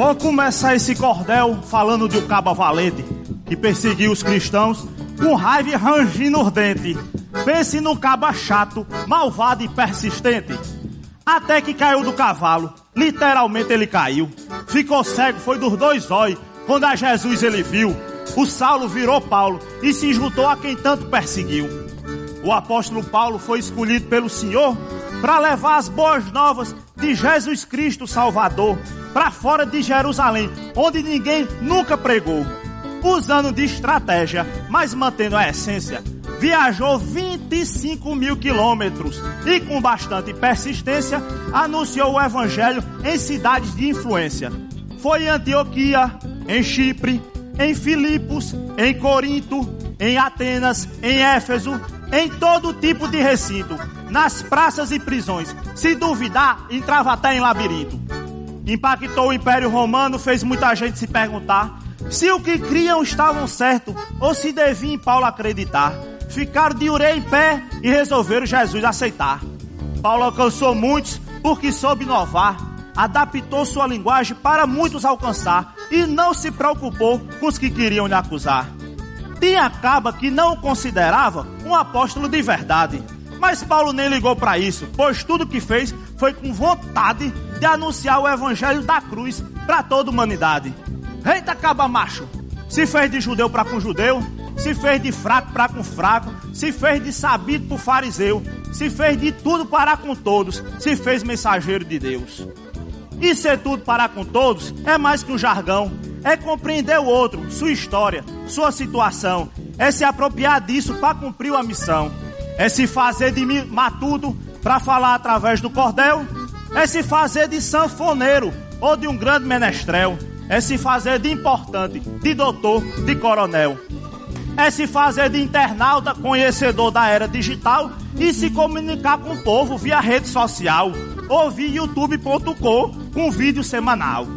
Vou começar esse cordel falando de um caba valente que perseguiu os cristãos com raiva e rangindo os dentes. Pense no caba chato, malvado e persistente. Até que caiu do cavalo, literalmente ele caiu. Ficou cego, foi dos dois olhos, quando a Jesus ele viu. O Saulo virou Paulo e se juntou a quem tanto perseguiu. O apóstolo Paulo foi escolhido pelo Senhor para levar as boas novas de Jesus Cristo Salvador para fora de Jerusalém, onde ninguém nunca pregou. Usando de estratégia, mas mantendo a essência, viajou 25 mil quilômetros e com bastante persistência anunciou o evangelho em cidades de influência. Foi em Antioquia, em Chipre, em Filipos, em Corinto, em Atenas, em Éfeso, em todo tipo de recinto, nas praças e prisões. Se duvidar, entrava até em labirinto. Impactou o Império Romano, fez muita gente se perguntar se o que criam estavam certo ou se devia em Paulo acreditar. Ficaram de orelha em pé e resolveram Jesus aceitar. Paulo alcançou muitos porque soube inovar, adaptou sua linguagem para muitos alcançar e não se preocupou com os que queriam lhe acusar. Tinha caba que não o considerava um apóstolo de verdade, mas Paulo nem ligou para isso, pois tudo que fez foi com vontade de anunciar o evangelho da cruz para toda a humanidade. Eita caba macho, se fez de judeu para com judeu, se fez de fraco para com fraco, se fez de sabido por fariseu, se fez de tudo para com todos, se fez mensageiro de Deus. E ser tudo para com todos é mais que um jargão, é compreender o outro, sua história, sua situação, é se apropriar disso para cumprir a missão, é se fazer de matuto para falar através do cordel, é se fazer de sanfoneiro ou de um grande menestrel, é se fazer de importante, de doutor, de coronel. É se fazer de internauta, conhecedor da era digital e se comunicar com o povo via rede social ou via youtube.com com vídeo semanal.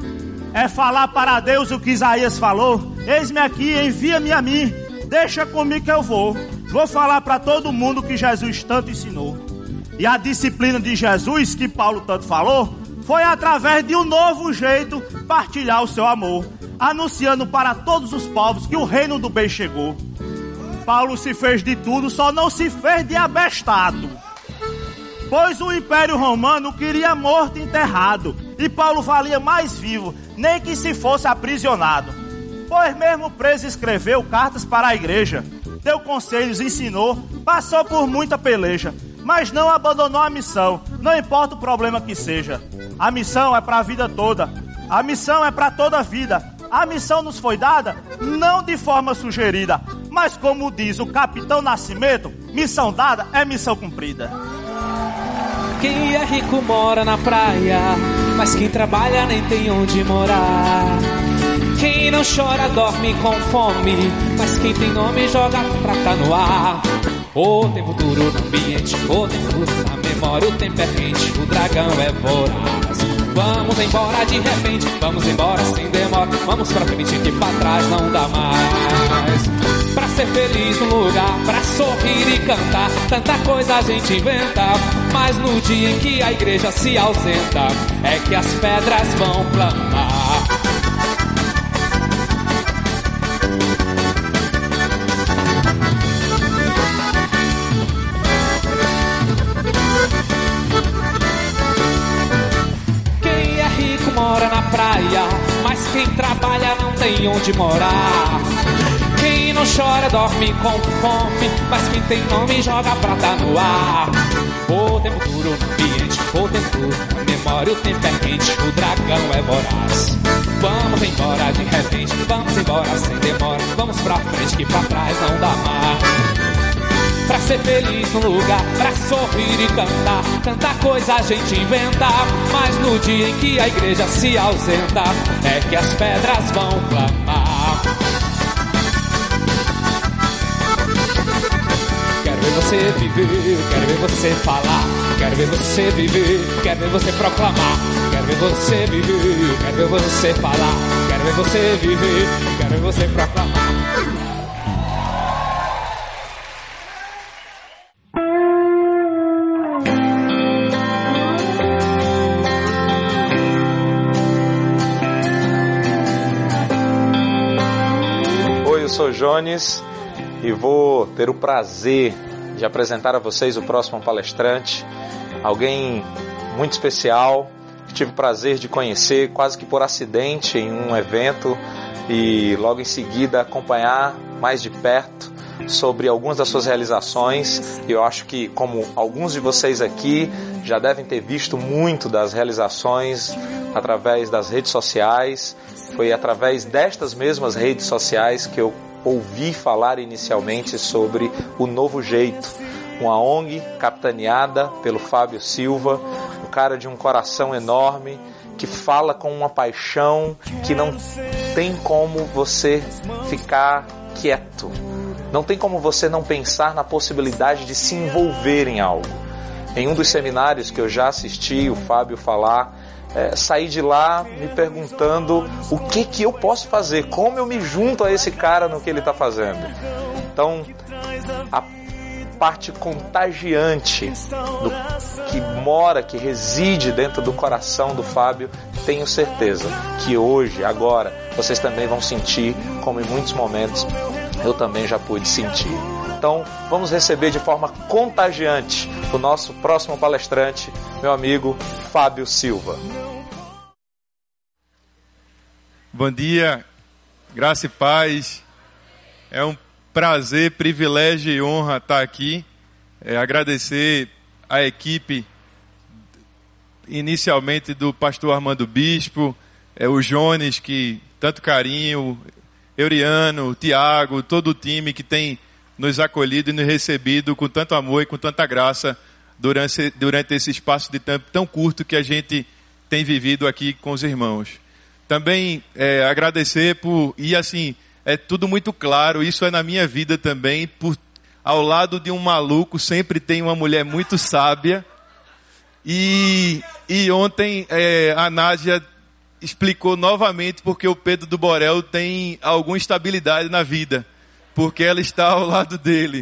É falar para Deus o que Isaías falou: eis-me aqui, envia-me a mim, deixa comigo que eu vou. Vou falar para todo mundo que Jesus tanto ensinou. E a disciplina de Jesus que Paulo tanto falou foi através de um novo jeito partilhar o seu amor, anunciando para todos os povos que o reino do bem chegou. Paulo se fez de tudo, só não se fez de abestado, pois o Império Romano queria morto e enterrado, e Paulo valia mais vivo, nem que se fosse aprisionado. Pois mesmo preso escreveu cartas para a igreja, deu conselhos, ensinou, passou por muita peleja, mas não abandonou a missão, não importa o problema que seja. A missão é para a vida toda, a missão é para toda a vida. A missão nos foi dada, não de forma sugerida, mas como diz o Capitão Nascimento, missão dada é missão cumprida. Quem é rico mora na praia, mas quem trabalha nem tem onde morar. Quem não chora dorme com fome, mas quem tem nome joga prata no ar. O tempo duro no ambiente, o tempo duro na memória, o tempo é quente, o dragão é voraz. Vamos embora de repente, vamos embora sem demora, vamos pra frente que pra trás não dá mais. Pra ser feliz no lugar, pra sorrir e cantar, tanta coisa a gente inventa, mas no dia em que a igreja se ausenta, é que as pedras vão clamar. Mora na praia, mas quem trabalha não tem onde morar. Quem não chora dorme com fome, mas quem tem nome joga prata no ar. O tempo duro no ambiente, o tempo duro na memória, o tempo é quente, o dragão é voraz. Vamos embora de repente, vamos embora sem demora, vamos pra frente que pra trás não dá mais. Pra ser feliz no lugar, pra sorrir e cantar, tanta coisa a gente inventa, mas no dia em que a igreja se ausenta, é que as pedras vão clamar. Quero ver você viver, quero ver você falar, quero ver você viver, quero ver você proclamar. Quero ver você viver, quero ver você falar, quero ver você viver, quero ver você proclamar. eu sou Jones e vou ter o prazer de apresentar a vocês o próximo palestrante, alguém muito especial, que tive o prazer de conhecer quase que por acidente em um evento e logo em seguida acompanhar mais de perto sobre algumas das suas realizações. Eu acho que, como alguns de vocês aqui já devem ter visto muito das realizações através das redes sociais, foi através destas mesmas redes sociais que eu ouvi falar inicialmente sobre o Novo Jeito, uma ONG capitaneada pelo Fábio Silva, um cara de um coração enorme, que fala com uma paixão que não tem como você ficar quieto, não tem como você não pensar na possibilidade de se envolver em algo. Em um dos seminários que eu já assisti o Fábio falar, saí de lá me perguntando o que eu posso fazer, como eu me junto a esse cara no que ele está fazendo. Então, a parte contagiante que reside dentro do coração do Fábio, tenho certeza que hoje, agora, vocês também vão sentir, como em muitos momentos eu também já pude sentir. Então, vamos receber de forma contagiante o nosso próximo palestrante, meu amigo Fábio Silva. Bom dia, graça e paz. É um prazer, privilégio e honra estar aqui. Agradecer a equipe, inicialmente do pastor Armando Bispo, o Jones, que tanto carinho, Euriano, Tiago, todo o time que tem nos acolhido e nos recebido com tanto amor e com tanta graça durante esse espaço de tempo tão curto que a gente tem vivido aqui com os irmãos. Também agradecer e assim, é tudo muito claro, isso é na minha vida também, ao lado de um maluco sempre tem uma mulher muito sábia, e ontem a Nádia explicou novamente porque o Pedro do Borel tem alguma estabilidade na vida, porque ela está ao lado dele.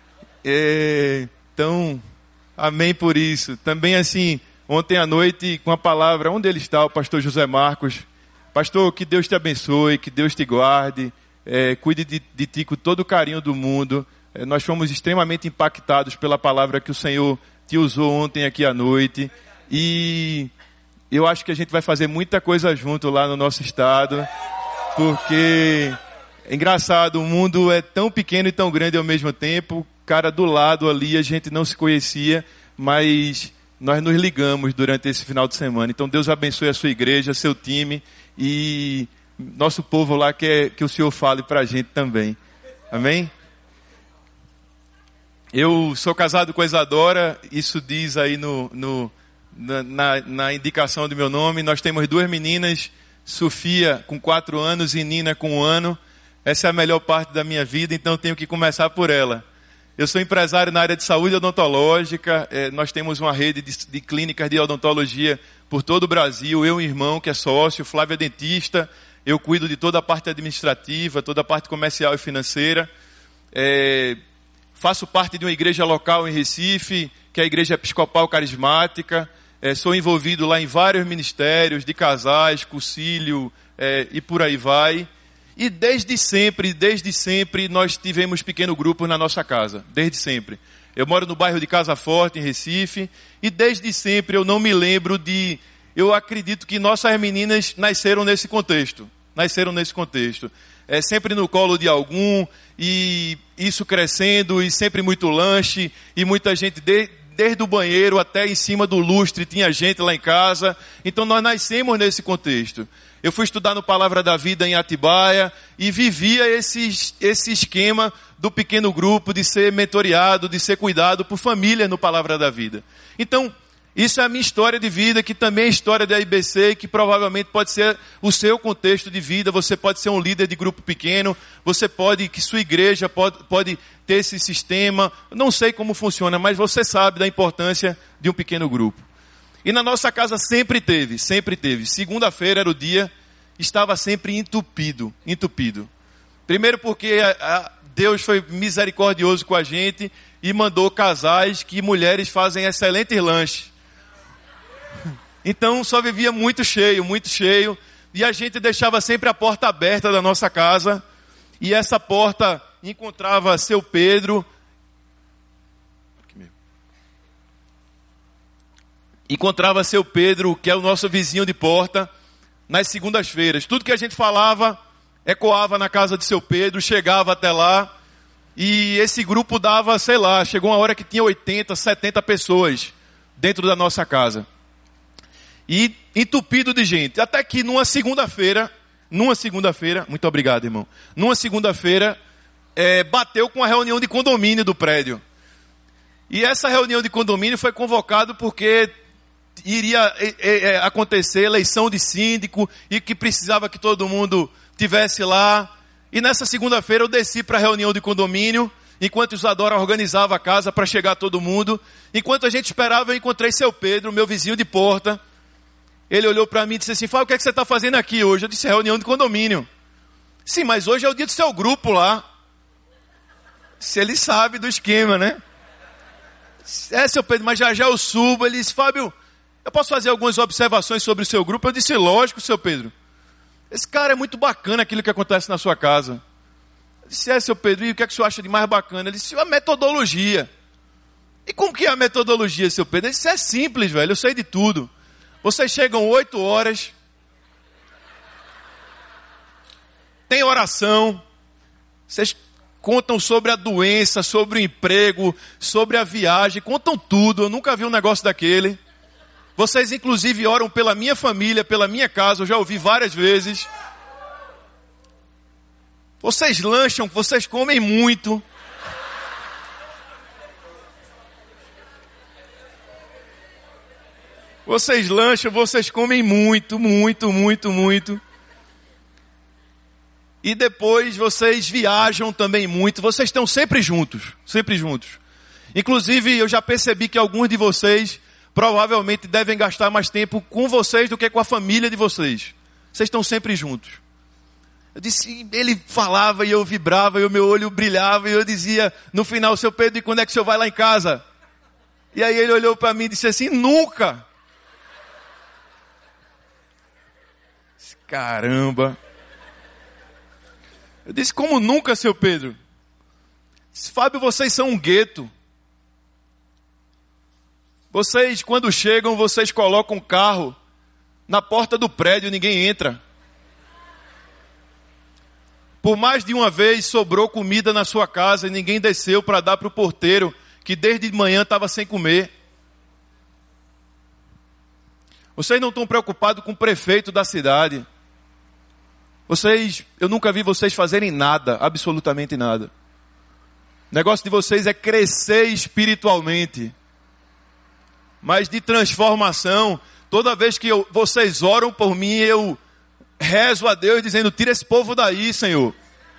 Então, amém por isso. Também assim, ontem à noite, com a palavra, onde ele está, o pastor José Marcos. Pastor, que Deus te abençoe, que Deus te guarde, cuide de ti com todo o carinho do mundo. Nós fomos extremamente impactados pela palavra que o Senhor te usou ontem aqui à noite, e eu acho que a gente vai fazer muita coisa junto lá no nosso estado, porque é engraçado, o mundo é tão pequeno e tão grande ao mesmo tempo. Cara do lado ali, a gente não se conhecia, mas nós nos ligamos durante esse final de semana. Então Deus abençoe a sua igreja, seu time e nosso povo lá, que o Senhor fale pra gente também. Amém? Eu sou casado com a Isadora, isso diz aí na indicação do meu nome. Nós temos 2 meninas, Sofia com 4 anos e Nina com 1 ano. Essa é a melhor parte da minha vida, então tenho que começar por ela. Eu sou empresário na área de saúde odontológica. Nós temos uma rede de clínicas de odontologia por todo o Brasil. Eu e um irmão que é sócio, Flávio é dentista. Eu cuido de toda a parte administrativa, toda a parte comercial e financeira. Faço parte de uma igreja local em Recife, que é a Igreja Episcopal Carismática. Sou envolvido lá em vários ministérios de casais, concílio e por aí vai. E desde sempre nós tivemos pequeno grupo na nossa casa, desde sempre. Eu moro no bairro de Casa Forte, em Recife, e desde sempre eu não me lembro eu acredito que nossas meninas nasceram nesse contexto. Sempre no colo de algum, e isso crescendo, e sempre muito lanche, e muita gente desde o banheiro até em cima do lustre tinha gente lá em casa. Então nós nascemos nesse contexto. Eu fui estudar no Palavra da Vida em Atibaia e vivia esse esquema do pequeno grupo, de ser mentoreado, de ser cuidado por família no Palavra da Vida. Então, isso é a minha história de vida, que também é a história da IBC, que provavelmente pode ser o seu contexto de vida. Você pode ser um líder de grupo pequeno, que sua igreja pode ter esse sistema. Não sei como funciona, mas você sabe da importância de um pequeno grupo. E na nossa casa sempre teve. Segunda-feira era o dia, estava sempre entupido. Primeiro porque Deus foi misericordioso com a gente e mandou casais que mulheres fazem excelentes lanches. Então só vivia muito cheio. E a gente deixava sempre a porta aberta da nossa casa. e essa porta encontrava seu Pedro. Encontrava seu Pedro, que é o nosso vizinho de porta, nas segundas-feiras. Tudo que a gente falava ecoava na casa de seu Pedro, chegava até lá, e esse grupo dava, sei lá, chegou uma hora que tinha 80, 70 pessoas dentro da nossa casa. E entupido de gente. Até que numa segunda-feira, muito obrigado, irmão. Numa segunda-feira, bateu com a reunião de condomínio do prédio. E essa reunião de condomínio foi convocada porque iria acontecer eleição de síndico e que precisava que todo mundo estivesse lá. E nessa segunda-feira eu desci para a reunião de condomínio, enquanto Isadora organizava a casa para chegar todo mundo. Enquanto a gente esperava, eu encontrei seu Pedro, meu vizinho de porta. Ele olhou para mim e disse assim: Fábio, o que é que você está fazendo aqui hoje? Eu disse: reunião de condomínio. Sim, mas hoje é o dia do seu grupo lá. Se ele sabe do esquema, né? Seu Pedro, mas já eu subo. Ele disse: Fábio, eu posso fazer algumas observações sobre o seu grupo? Eu disse: lógico, seu Pedro. Esse cara é muito bacana, aquilo que acontece na sua casa. Eu disse: seu Pedro, e o que é que o senhor acha de mais bacana? Ele disse: a metodologia. E como que é a metodologia, seu Pedro? Ele disse: é simples, velho, eu sei de tudo. Vocês chegam 8 horas, tem oração, vocês contam sobre a doença, sobre o emprego, sobre a viagem, contam tudo. Eu nunca vi um negócio daquele. Vocês inclusive oram pela minha família, pela minha casa, eu já ouvi várias vezes. Vocês lancham, vocês comem muito. Vocês lancham, vocês comem muito, muito, muito, muito. E depois vocês viajam também muito. Vocês estão sempre juntos, sempre juntos. Inclusive, eu já percebi que alguns de vocês provavelmente devem gastar mais tempo com vocês do que com a família de vocês. Vocês estão sempre juntos. Eu disse, ele falava e eu vibrava e o meu olho brilhava e eu dizia no final: seu Pedro, e quando é que o senhor vai lá em casa? E aí ele olhou para mim e disse assim: nunca. Caramba. Eu disse: como nunca, seu Pedro? Disse: Fábio, vocês são um gueto. Vocês, quando chegam, vocês colocam um carro na porta do prédio, ninguém entra. Por mais de uma vez sobrou comida na sua casa e ninguém desceu para dar para o porteiro, que desde de manhã estava sem comer. Vocês não estão preocupados com o prefeito da cidade. Eu nunca vi vocês fazerem nada, absolutamente nada. O negócio de vocês é crescer espiritualmente. Mas de transformação, toda vez que vocês oram por mim, eu rezo a Deus dizendo: tira esse povo daí, Senhor.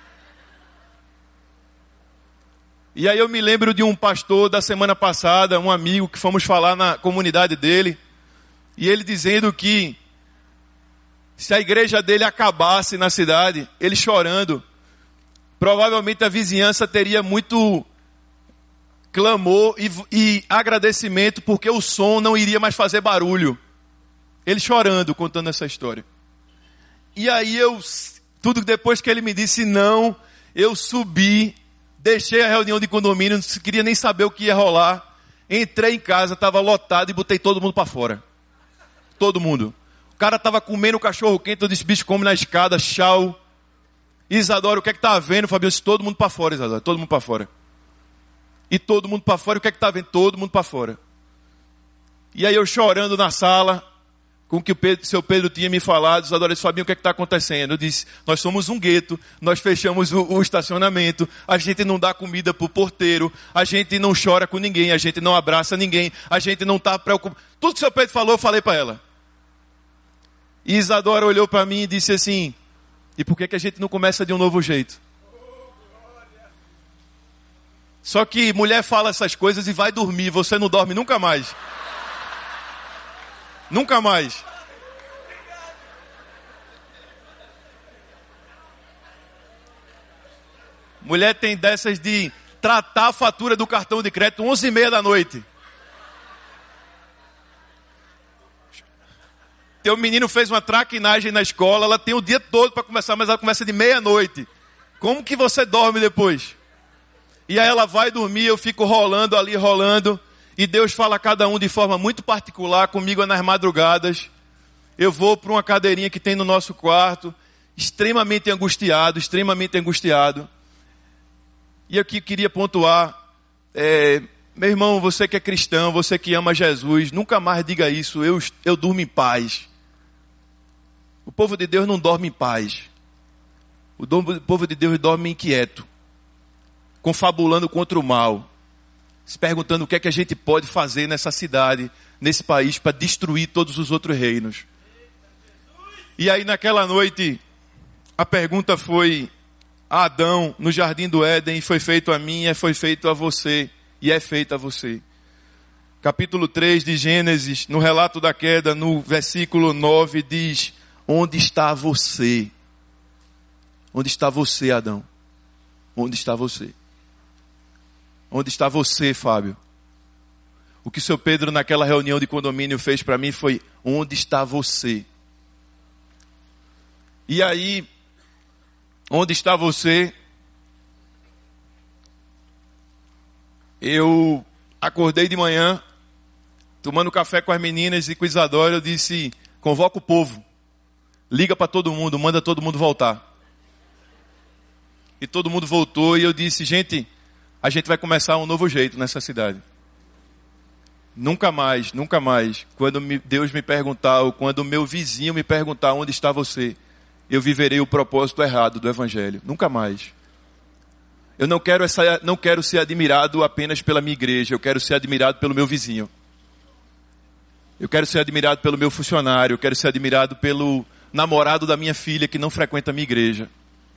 E aí eu me lembro de um pastor da semana passada, um amigo que fomos falar na comunidade dele, e ele dizendo que se a igreja dele acabasse na cidade, ele chorando, provavelmente a vizinhança teria muito clamor e agradecimento, porque o som não iria mais fazer barulho. Ele chorando, contando essa história. E aí tudo depois que ele me disse não, eu subi, deixei a reunião de condomínio, não queria nem saber o que ia rolar. Entrei em casa, estava lotado e botei todo mundo para fora. Todo mundo. O cara estava comendo cachorro quente, eu disse: bicho, come na escada, tchau. Isadora, o que é que tá havendo? Fabio disse: todo mundo para fora, Isadora, todo mundo para fora. E todo mundo para fora, o que é que tá havendo? Todo mundo para fora. E aí eu chorando na sala, com o que seu Pedro tinha me falado, Isadora disse: Fabinho, o que é que está acontecendo? Eu disse: nós somos um gueto, nós fechamos o estacionamento, a gente não dá comida pro porteiro, a gente não chora com ninguém, a gente não abraça ninguém, a gente não está preocupado. Tudo que seu Pedro falou, eu falei para ela. E Isadora olhou para mim e disse assim: e por que a gente não começa de um novo jeito? Só que mulher fala essas coisas e vai dormir, você não dorme nunca mais. Nunca mais. Mulher tem dessas de tratar a fatura do cartão de crédito 11h30 da noite. Teu menino fez uma traquinagem na escola, ela tem o dia todo para conversar, mas ela começa de meia-noite. Como que você dorme depois? E aí ela vai dormir, eu fico rolando ali, rolando. E Deus fala a cada um de forma muito particular, comigo nas madrugadas. Eu vou para uma cadeirinha que tem no nosso quarto, extremamente angustiado. E aqui queria pontuar, meu irmão, você que é cristão, você que ama Jesus, nunca mais diga isso, eu durmo em paz. O povo de Deus não dorme em paz. O povo de Deus dorme inquieto, confabulando contra o mal, se perguntando o que é que a gente pode fazer nessa cidade, nesse país, para destruir todos os outros reinos. E aí naquela noite, a pergunta foi a Adão, no jardim do Éden, foi feito a mim, foi feito a você, e é feito a você. Capítulo 3 de Gênesis, no relato da queda, no versículo 9, diz: onde está você? Onde está você, Adão? Onde está você? Onde está você, Fábio? O que o seu Pedro naquela reunião de condomínio fez para mim foi: onde está você? E aí, onde está você? Eu acordei de manhã, tomando café com as meninas e com Isadora, eu disse: convoca o povo, liga para todo mundo, manda todo mundo voltar. E todo mundo voltou e eu disse: gente, a gente vai começar um novo jeito nessa cidade. Nunca mais, quando Deus me perguntar, ou quando o meu vizinho me perguntar onde está você, eu viverei o propósito errado do Evangelho. Nunca mais. Eu não quero ser admirado apenas pela minha igreja, eu quero ser admirado pelo meu vizinho. Eu quero ser admirado pelo meu funcionário, eu quero ser admirado pelo namorado da minha filha que não frequenta a minha igreja.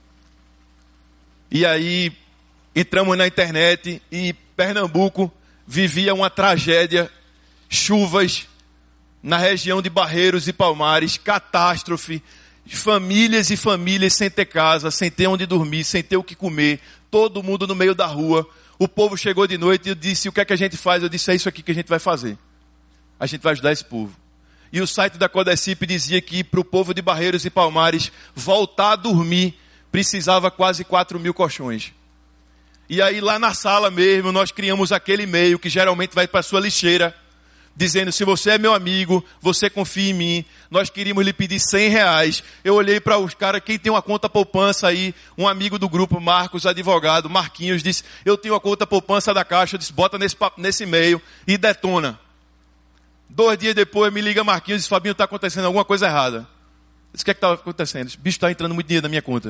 E aí, entramos na internet e Pernambuco vivia uma tragédia, chuvas na região de Barreiros e Palmares, catástrofe, famílias e famílias sem ter casa, sem ter onde dormir, sem ter o que comer, todo mundo no meio da rua. O povo chegou de noite e eu disse: o que é que a gente faz? Eu disse: é isso aqui que a gente vai fazer. A gente vai ajudar esse povo. E o site da Codecipe dizia que para o povo de Barreiros e Palmares voltar a dormir precisava quase 4.000 colchões. E aí lá na sala mesmo nós criamos aquele e-mail que geralmente vai para a sua lixeira, dizendo: se você é meu amigo, você confia em mim, nós queríamos lhe pedir R$100. Eu olhei para os caras: quem tem uma conta poupança aí? Um amigo do grupo, Marcos, advogado, Marquinhos, disse: eu tenho a conta poupança da Caixa. Eu disse: bota nesse e-mail e detona. 2 dias depois me liga Marquinhos e diz: Fabinho, está acontecendo alguma coisa errada. Eu disse: o que é que está acontecendo? Disse: bicho, está entrando muito dinheiro na minha conta.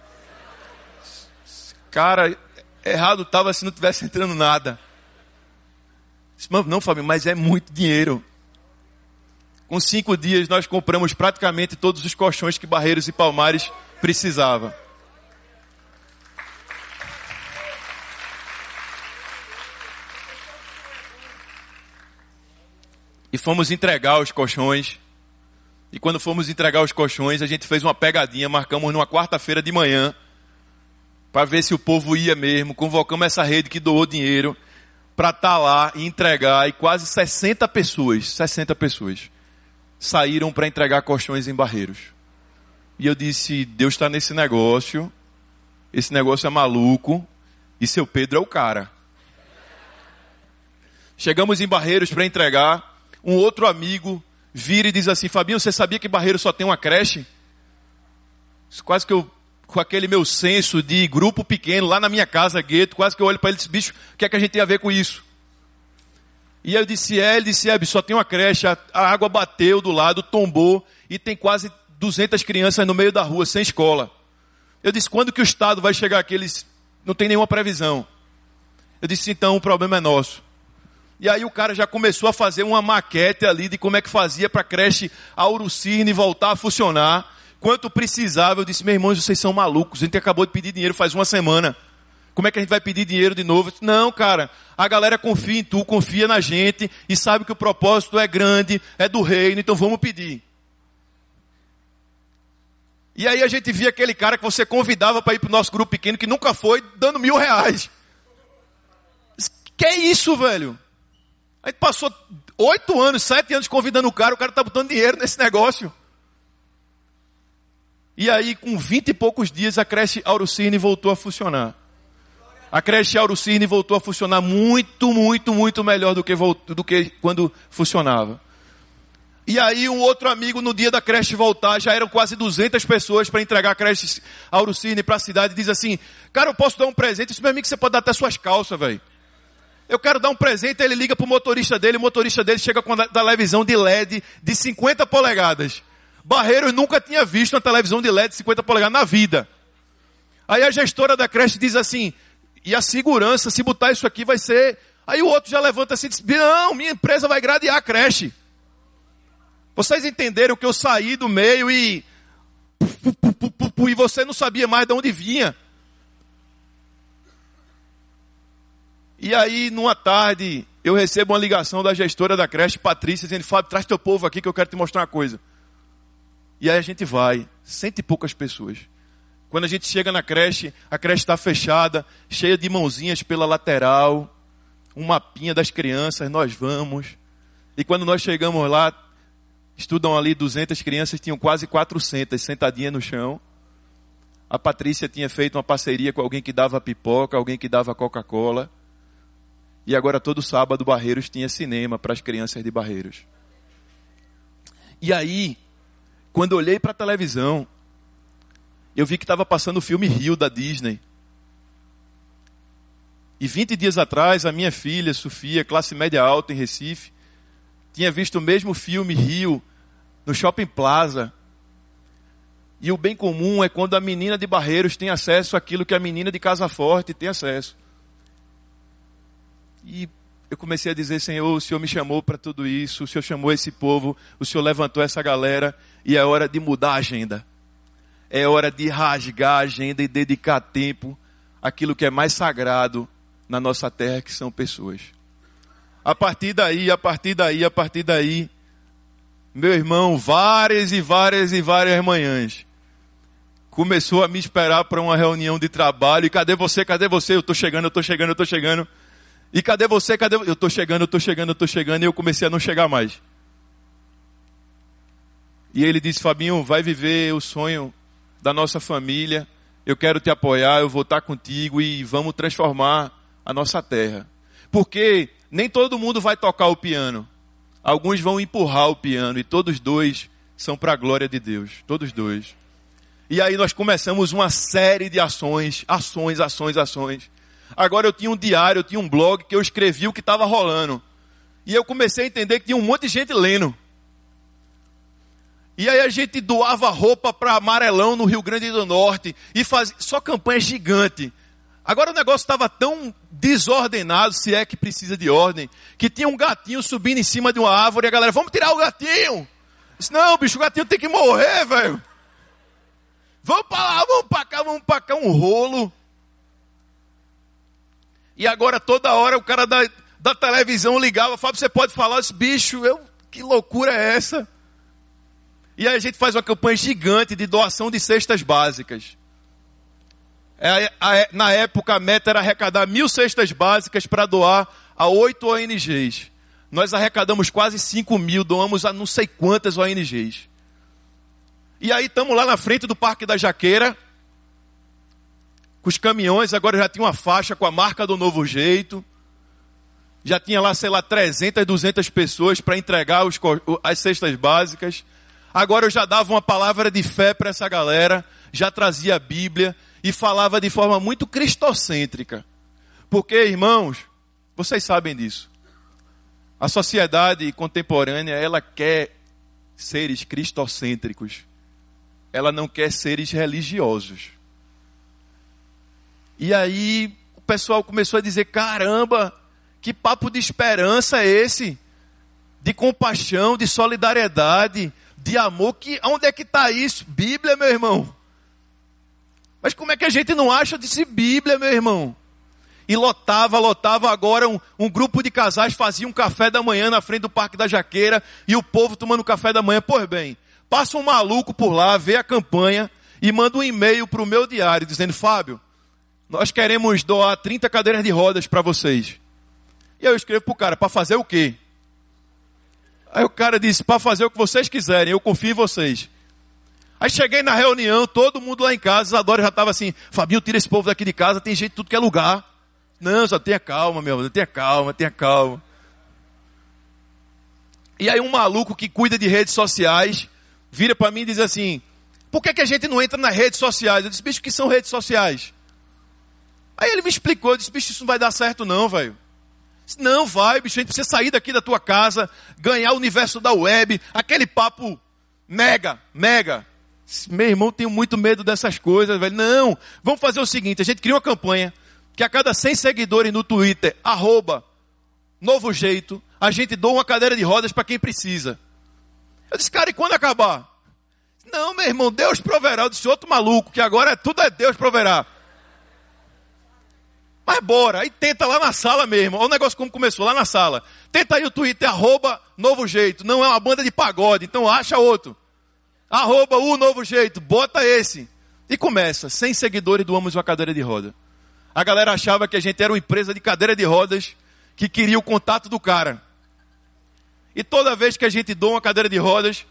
Cara, errado estava se não tivesse entrando nada. Disse: não, Fabinho, mas é muito dinheiro. Com 5 dias nós compramos praticamente todos os colchões que Barreiros e Palmares precisava. E fomos entregar os colchões. E quando fomos entregar os colchões, a gente fez uma pegadinha, marcamos numa quarta-feira de manhã, para ver se o povo ia mesmo. Convocamos essa rede que doou dinheiro para estar lá e entregar. E quase 60 pessoas saíram para entregar colchões em Barreiros. E eu disse: Deus está nesse negócio, esse negócio é maluco, e seu Pedro é o cara. Chegamos em Barreiros para entregar. Um outro amigo vira e diz assim: Fabinho, você sabia que Barreiros só tem uma creche? Quase que eu, com aquele meu senso de grupo pequeno, lá na minha casa, gueto, quase que eu olho para ele e disse: bicho, o que é que a gente tem a ver com isso? E eu disse: ele disse: só tem uma creche, a água bateu do lado, tombou, e tem quase 200 crianças no meio da rua, sem escola. Eu disse: quando que o Estado vai chegar aqui? Eles não tem nenhuma previsão. Eu disse: então o problema é nosso. E aí o cara já começou a fazer uma maquete ali de como é que fazia para a creche Aurucine voltar a funcionar. Quanto precisava. Eu disse: meus irmãos, vocês são malucos, a gente acabou de pedir dinheiro faz uma semana. Como é que a gente vai pedir dinheiro de novo? Eu disse: não, cara, a galera confia em tu, confia na gente e sabe que o propósito é grande, é do reino, então vamos pedir. E aí a gente via aquele cara que você convidava para ir para o nosso grupo pequeno, que nunca foi, dando R$1.000. Que é isso, velho? A gente passou 8 anos, 7 anos convidando o cara está botando dinheiro nesse negócio. E aí, com 20 e poucos dias, a creche Aurocirne voltou a funcionar. A creche Aurocirne voltou a funcionar muito, muito, muito melhor do que quando funcionava. E aí, um outro amigo, no dia da creche voltar, já eram quase 200 pessoas para entregar a creche Aurocirne para a cidade, diz assim: cara, eu posso dar um presente? Isso, meu amigo, você pode dar até suas calças, velho. Eu quero dar um presente, ele liga pro motorista dele, o motorista dele chega com a televisão de LED de 50 polegadas. Barreiros nunca tinha visto uma televisão de LED de 50 polegadas na vida. Aí a gestora da creche diz assim: e a segurança, se botar isso aqui vai ser... Aí o outro já levanta assim e diz: não, minha empresa vai gradear a creche. Vocês entenderam que eu saí do meio e você não sabia mais de onde vinha. E aí, numa tarde, eu recebo uma ligação da gestora da creche, Patrícia, dizendo: Fábio, traz teu povo aqui que eu quero te mostrar uma coisa. E aí a gente vai, 100 e poucas pessoas. Quando a gente chega na creche, a creche está fechada, cheia de mãozinhas pela lateral, um mapinha das crianças, nós vamos. E quando nós chegamos lá, estudam ali 200 crianças, tinham quase 400 sentadinhas no chão. A Patrícia tinha feito uma parceria com alguém que dava pipoca, alguém que dava Coca-Cola. E agora todo sábado Barreiros tinha cinema para as crianças de Barreiros. E aí, quando eu olhei para a televisão, eu vi que estava passando o filme Rio da Disney. E 20 dias atrás, a minha filha, Sofia, classe média alta em Recife, tinha visto o mesmo filme Rio no Shopping Plaza. E o bem comum é quando a menina de Barreiros tem acesso àquilo que a menina de Casa Forte tem acesso. E eu comecei a dizer: Senhor, o Senhor me chamou para tudo isso, o Senhor chamou esse povo, o Senhor levantou essa galera, e é hora de mudar a agenda. É hora de rasgar a agenda e dedicar tempo àquilo que é mais sagrado na nossa terra, que são pessoas. A partir daí, meu irmão, várias manhãs, começou a me esperar para uma reunião de trabalho. E cadê você? Eu estou chegando. E cadê você? Eu estou chegando. E eu comecei a não chegar mais. E ele disse: Fabinho, vai viver o sonho da nossa família. Eu quero te apoiar, eu vou estar contigo e vamos transformar a nossa terra. Porque nem todo mundo vai tocar o piano. Alguns vão empurrar o piano e todos dois são para a glória de Deus. Todos dois. E aí nós começamos uma série de ações. Agora eu tinha um diário, eu tinha um blog que eu escrevi o que estava rolando. E eu comecei a entender que tinha um monte de gente lendo. E aí a gente doava roupa para Amarelão no Rio Grande do Norte. E fazia só campanha gigante. Agora o negócio estava tão desordenado, se é que precisa de ordem, que tinha um gatinho subindo em cima de uma árvore e a galera: vamos tirar o gatinho. Eu disse: não, bicho, o gatinho tem que morrer, velho. Vamos para lá, vamos para cá, um rolo. E agora toda hora o cara da televisão ligava: Fábio, você pode falar? Eu disse: bicho, que loucura é essa? E aí a gente faz uma campanha gigante de doação de cestas básicas. Na época a meta era arrecadar 1.000 cestas básicas para doar a 8 ONGs. Nós arrecadamos quase 5.000, doamos a não sei quantas ONGs. E aí estamos lá na frente do Parque da Jaqueira, com os caminhões. Agora já tinha uma faixa com a marca do Novo Jeito. Já tinha lá, 300, 200 pessoas para entregar as cestas básicas. Agora eu já dava uma palavra de fé para essa galera, já trazia a Bíblia e falava de forma muito cristocêntrica. Porque, irmãos, vocês sabem disso. A sociedade contemporânea, ela quer seres cristocêntricos. Ela não quer seres religiosos. E aí o pessoal começou a dizer: caramba, que papo de esperança é esse? De compaixão, de solidariedade, de amor. Onde é que está isso? Bíblia, meu irmão. Mas como é que a gente não acha disso Bíblia, meu irmão? E lotava. Agora um grupo de casais fazia um café da manhã na frente do Parque da Jaqueira e o povo tomando café da manhã. Pois bem, passa um maluco por lá, vê a campanha e manda um e-mail para o meu diário dizendo: Fábio, nós queremos doar 30 cadeiras de rodas para vocês. E eu escrevo para o cara: para fazer o quê? Aí o cara disse: para fazer o que vocês quiserem, eu confio em vocês. Aí cheguei na reunião, todo mundo lá em casa, Isadora já estava assim, Fabinho, tira esse povo daqui de casa, tem gente de tudo que é lugar. Não, só tenha calma, meu amor, tenha calma. E aí um maluco que cuida de redes sociais, vira para mim e diz assim, por que a gente não entra nas redes sociais? Eu disse, bicho, o que são redes sociais? Aí ele me explicou, eu disse, bicho, isso não vai dar certo não, velho. Não vai, bicho, a gente precisa sair daqui da tua casa, ganhar o universo da web, aquele papo mega. Meu irmão, tenho muito medo dessas coisas, velho. Não, vamos fazer o seguinte, a gente cria uma campanha, que a cada 100 seguidores no Twitter, @Novo Jeito, a gente doa uma cadeira de rodas para quem precisa. Eu disse, cara, e quando acabar? Não, meu irmão, Deus proverá. Eu disse, outro maluco, que agora tudo é Deus proverá. Mas bora, aí tenta lá na sala mesmo. Olha o negócio como começou, lá na sala. Tenta aí o Twitter, @Novo Jeito. Não é uma banda de pagode, então acha outro. @o Novo Jeito, bota esse. E começa, 100 seguidores doamos uma cadeira de roda. A galera achava que a gente era uma empresa de cadeira de rodas que queria o contato do cara. E toda vez que a gente doa uma cadeira de rodas,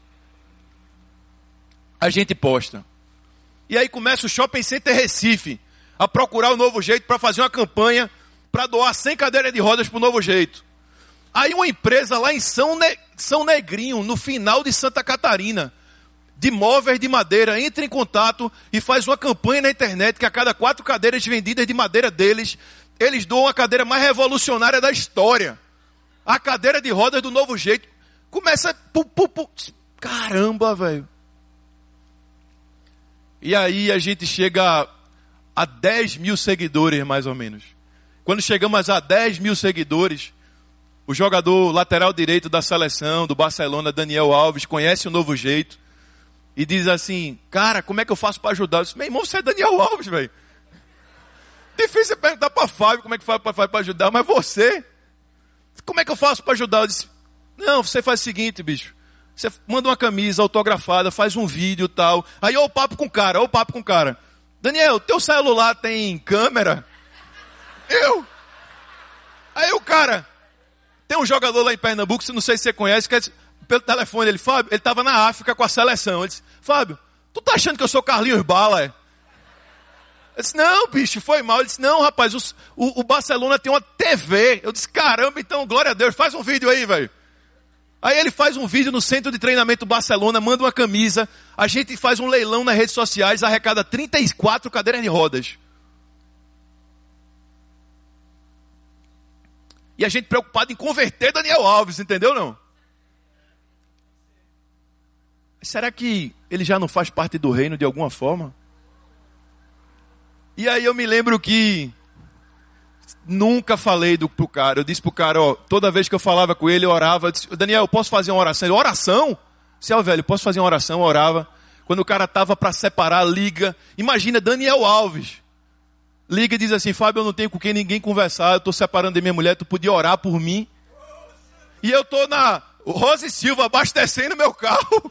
a gente posta. E aí começa o Shopping Center Recife a procurar o Novo Jeito para fazer uma campanha para doar 100 cadeiras de rodas para o Novo Jeito. Aí uma empresa lá em São Negrinho, no final de Santa Catarina, de móveis de madeira, entra em contato e faz uma campanha na internet que a cada 4 cadeiras vendidas de madeira deles, eles doam a cadeira mais revolucionária da história. A cadeira de rodas do Novo Jeito. Começa... Caramba, velho. E aí a gente chega a 10 mil seguidores, mais ou menos. Quando chegamos a 10 mil seguidores, o jogador lateral direito da seleção, do Barcelona, Daniel Alves, conhece o Novo Jeito e diz assim, cara, como é que eu faço para ajudar? Eu disse, meu irmão, você é Daniel Alves, velho. Difícil perguntar para Fábio como é que faz para ajudar, mas você, como é que eu faço para ajudar? Eu disse, não, você faz o seguinte, bicho. Você manda uma camisa autografada, faz um vídeo e tal. Aí, ó o papo com o cara. Daniel, teu celular tem câmera? Aí o cara, tem um jogador lá em Pernambuco, não sei se você conhece, que pelo telefone, Fábio, ele estava na África com a seleção. Ele disse, Fábio, tu tá achando que eu sou Carlinhos Bala, é? Eu disse, não, bicho, foi mal. Ele disse, não, rapaz, o Barcelona tem uma TV. Eu disse, caramba, então, glória a Deus, faz um vídeo aí, velho. Aí ele faz um vídeo no centro de treinamento Barcelona, manda uma camisa, a gente faz um leilão nas redes sociais, arrecada 34 cadeiras de rodas. E a gente preocupado em converter Daniel Alves, entendeu não? Será que ele já não faz parte do reino de alguma forma? E aí eu me lembro que nunca falei pro cara. Eu disse pro cara, ó, toda vez que eu falava com ele, eu orava. Eu disse, Daniel, eu posso fazer uma oração? Ele, oração? Disse, ó, velho, posso fazer uma oração? Eu orava. Quando o cara tava para separar, liga. Imagina, Daniel Alves. Liga e diz assim, Fábio, eu não tenho com quem ninguém conversar. Eu tô separando de minha mulher, tu podia orar por mim? E eu tô na Rosa e Silva abastecendo meu carro.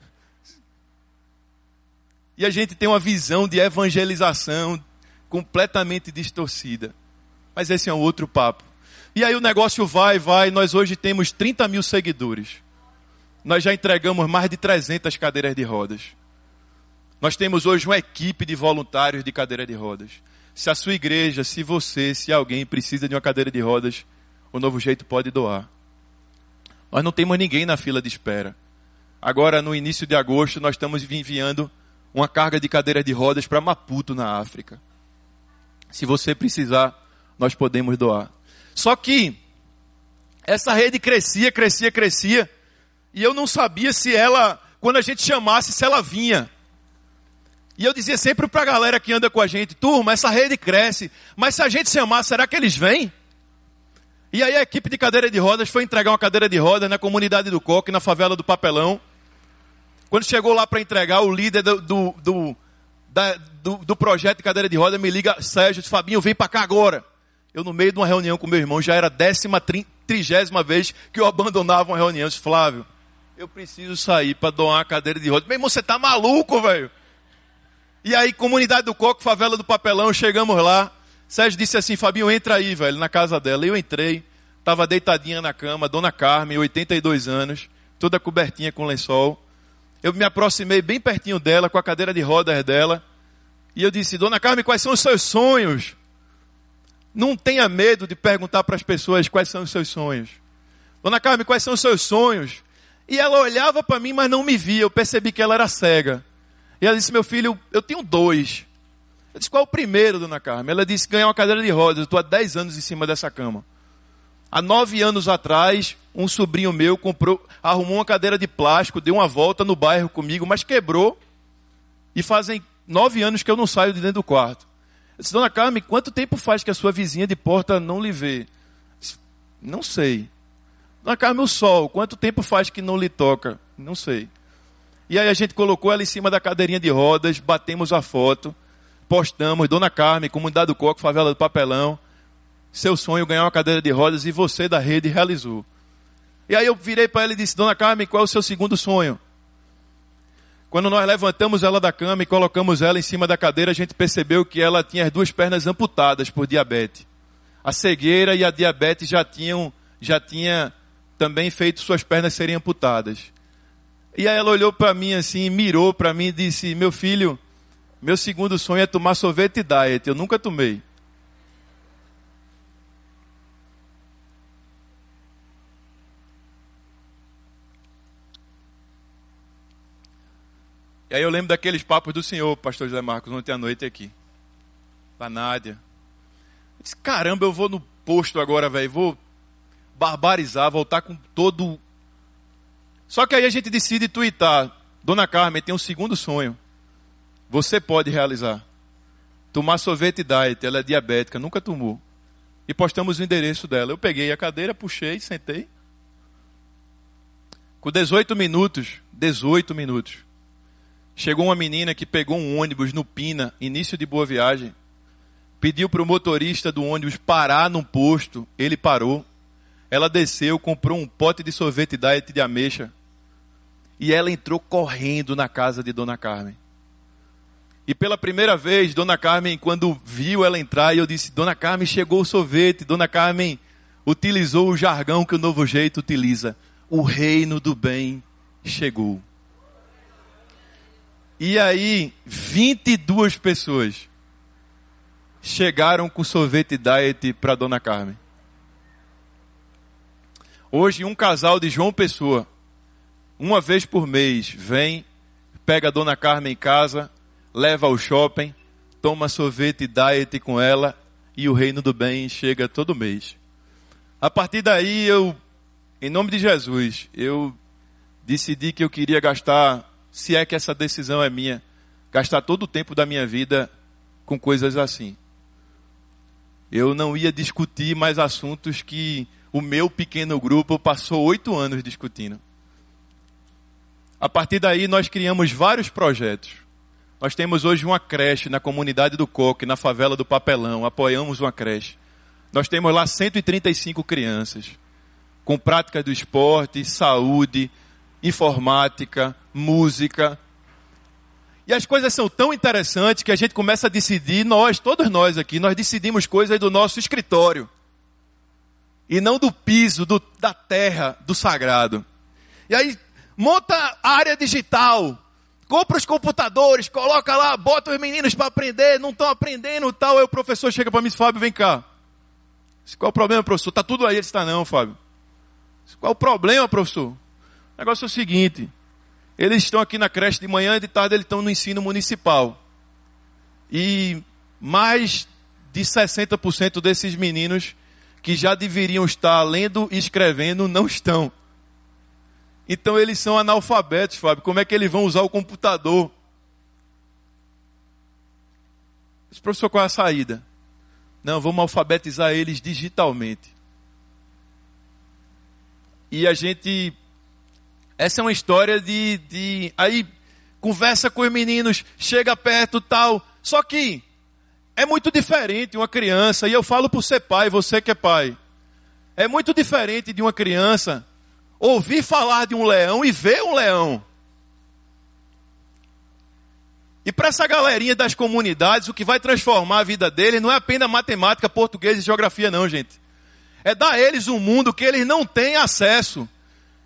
E a gente tem uma visão de evangelização completamente distorcida. Mas esse é um outro papo. E aí o negócio vai. Nós hoje temos 30 mil seguidores. Nós já entregamos mais de 300 cadeiras de rodas. Nós temos hoje uma equipe de voluntários de cadeira de rodas. Se a sua igreja, se você, se alguém precisa de uma cadeira de rodas, o Novo Jeito pode doar. Nós não temos ninguém na fila de espera. Agora, no início de agosto, nós estamos enviando uma carga de cadeiras de rodas para Maputo, na África. Se você precisar, nós podemos doar. Só que essa rede crescia, e eu não sabia se ela, quando a gente chamasse, se ela vinha. E eu dizia sempre para a galera que anda com a gente, turma, essa rede cresce, mas se a gente chamar, será que eles vêm? E aí a equipe de cadeira de rodas foi entregar uma cadeira de rodas na comunidade do Coque, na favela do Papelão. Quando chegou lá para entregar, o líder do projeto de cadeira de roda me liga, Sérgio, disse, Fabinho, vem para cá agora. Eu, no meio de uma reunião com meu irmão, já era a 30ª vez que eu abandonava uma reunião. Eu disse, Flávio, eu preciso sair para doar uma cadeira de roda. Meu irmão, você tá maluco, velho? E aí, comunidade do Coque, favela do Papelão, chegamos lá. Sérgio disse assim, Fabinho, entra aí, velho, na casa dela. Eu entrei, tava deitadinha na cama, Dona Carmen, 82 anos, toda cobertinha com lençol. Eu me aproximei bem pertinho dela, com a cadeira de rodas dela. E eu disse, Dona Carmen, quais são os seus sonhos? Não tenha medo de perguntar para as pessoas quais são os seus sonhos. Dona Carmen, quais são os seus sonhos? E ela olhava para mim, mas não me via. Eu percebi que ela era cega. E ela disse, meu filho, eu tenho 2. Eu disse, qual é o primeiro, Dona Carmen? Ela disse, ganhar uma cadeira de rodas. Eu estou há 10 anos em cima dessa cama. Há 9 anos atrás, um sobrinho meu arrumou uma cadeira de plástico, deu uma volta no bairro comigo, mas quebrou. E fazem 9 anos que eu não saio de dentro do quarto. Eu disse, Dona Carmen, quanto tempo faz que a sua vizinha de porta não lhe vê? Eu disse, não sei. Dona Carmen, o sol, quanto tempo faz que não lhe toca? Não sei. E aí a gente colocou ela em cima da cadeirinha de rodas, batemos a foto, postamos, Dona Carmen, Comunidade do Coque, Favela do Papelão, seu sonho ganhar uma cadeira de rodas e você da rede realizou. E aí eu virei para ela e disse, Dona Carmen, qual é o seu segundo sonho? Quando nós levantamos ela da cama e colocamos ela em cima da cadeira, a gente percebeu que ela tinha as 2 pernas amputadas por diabetes. A cegueira e a diabetes já tinha também feito suas pernas serem amputadas. E aí ela olhou para mim assim, mirou para mim e disse, meu filho, meu segundo sonho é tomar sorvete diet, eu nunca tomei. E aí eu lembro daqueles papos do senhor, pastor José Marcos, ontem à noite aqui. Da Nádia. Eu disse, caramba, eu vou no posto agora, velho, vou barbarizar, voltar com todo... Só que aí a gente decide tuitar, Dona Carmen tem um segundo sonho. Você pode realizar. Tomar sorvete diet, ela é diabética, nunca tomou. E postamos o endereço dela. Eu peguei a cadeira, puxei, sentei. Com 18 minutos, chegou uma menina que pegou um ônibus no Pina, início de Boa Viagem. Pediu para o motorista do ônibus parar num posto, ele parou. Ela desceu, comprou um pote de sorvete diet de ameixa. E ela entrou correndo na casa de Dona Carmen. E pela primeira vez, Dona Carmen, quando viu ela entrar, eu disse, Dona Carmen, chegou o sorvete. Dona Carmen utilizou o jargão que o Novo Jeito utiliza. O reino do bem chegou. E aí, 22 pessoas chegaram com sorvete diet para Dona Carmen. Hoje, um casal de João Pessoa, uma vez por mês, vem, pega a Dona Carmen em casa, leva ao shopping, toma sorvete diet com ela e o reino do bem chega todo mês. A partir daí, eu, em nome de Jesus, eu decidi que eu queria gastar, se é que essa decisão é minha, gastar todo o tempo da minha vida com coisas assim. Eu não ia discutir mais assuntos que o meu pequeno grupo passou 8 anos discutindo. A partir daí, nós criamos vários projetos. Nós temos hoje uma creche na Comunidade do Coque, na Favela do Papelão. Apoiamos uma creche. Nós temos lá 135 crianças, com prática do esporte, saúde, informática, música. E as coisas são tão interessantes que a gente começa a decidir, todos nós aqui, nós decidimos coisas do nosso escritório. E não do piso, da terra, do sagrado. E aí, monta a área digital, compra os computadores, coloca lá, bota os meninos para aprender, não estão aprendendo e tal. Aí o professor chega para mim e diz, Fábio, vem cá. Qual é o problema, professor? Está tudo aí. Ele está, não, Fábio. Qual é o problema, professor? O negócio é o seguinte, eles estão aqui na creche de manhã e de tarde eles estão no ensino municipal. E mais de 60% desses meninos que já deveriam estar lendo e escrevendo não estão. Então eles são analfabetos, Fábio. Como é que eles vão usar o computador? Mas, professor, qual é a saída? Não, vamos alfabetizar eles digitalmente. E a gente... Essa é uma história de... Aí, conversa com os meninos, chega perto, tal. Só que é muito diferente uma criança, e eu falo por ser pai, você que é pai. É muito diferente de uma criança ouvir falar de um leão e ver um leão. E para essa galerinha das comunidades, o que vai transformar a vida deles não é apenas matemática, português e geografia não, gente. É dar a eles um mundo que eles não têm acesso.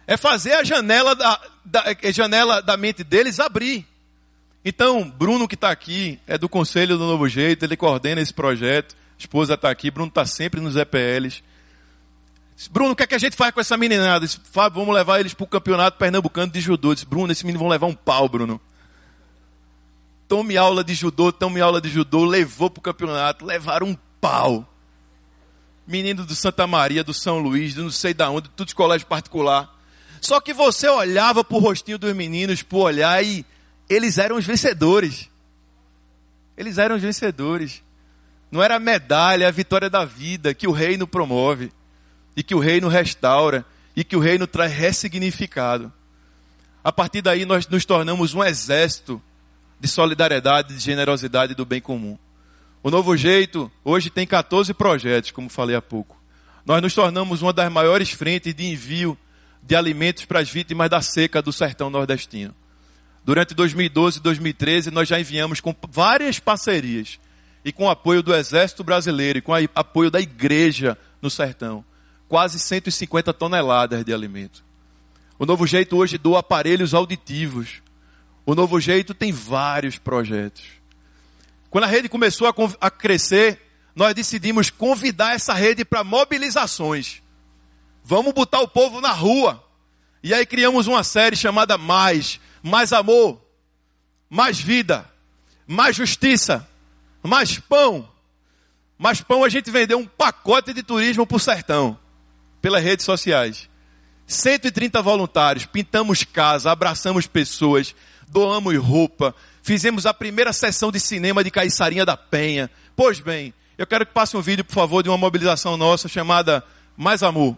É fazer a janela da mente deles abrir. Então, Bruno que está aqui, é do Conselho do Novo Jeito, ele coordena esse projeto. A esposa está aqui, Bruno está sempre nos EPLs. Bruno, o que é que a gente faz com essa meninada? Disse, Fábio, vamos levar eles para o campeonato pernambucano de judô. Disse, Bruno, esses meninos vão levar um pau, Bruno. Tome aula de judô, levou para o campeonato, levaram um pau. Menino do Santa Maria, do São Luís, do não sei da onde, tudo de colégio particular. Só que você olhava para o rostinho dos meninos, por olhar, e eles eram os vencedores. Eles eram os vencedores. Não era a medalha, a vitória da vida que o reino promove. E que o reino restaura. E que o reino traz ressignificado. A partir daí nós nos tornamos um exército de solidariedade, de generosidade e do bem comum. O Novo Jeito hoje tem 14 projetos, como falei há pouco. Nós nos tornamos uma das maiores frentes de envio de alimentos para as vítimas da seca do sertão nordestino. Durante 2012 e 2013, nós já enviamos com várias parcerias e com o apoio do Exército Brasileiro e com o apoio da igreja no sertão, quase 150 toneladas de alimento. O Novo Jeito hoje doa aparelhos auditivos. O Novo Jeito tem vários projetos. Quando a rede começou a crescer, nós decidimos convidar essa rede para mobilizações. Vamos botar o povo na rua. E aí criamos uma série chamada Mais amor, mais vida, mais justiça, mais pão. Mais pão, a gente vendeu um pacote de turismo para o sertão, pelas redes sociais. 130 voluntários, pintamos casa, abraçamos pessoas, doamos roupa, fizemos a primeira sessão de cinema de Caiçarinha da Penha. Pois bem, eu quero que passe um vídeo, por favor, de uma mobilização nossa chamada Mais Amor.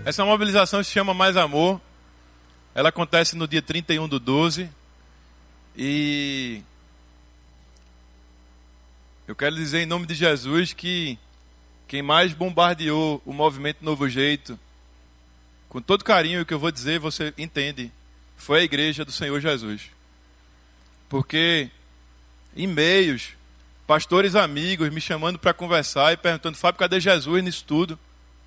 Essa mobilização se chama Mais Amor. Ela acontece no dia 31/12. E eu quero dizer em nome de Jesus que quem mais bombardeou o movimento Novo Jeito, com todo carinho, o que eu vou dizer, você entende, foi a igreja do Senhor Jesus. Porque e-mails, pastores amigos me chamando para conversar e perguntando: Fábio, cadê Jesus nisso tudo?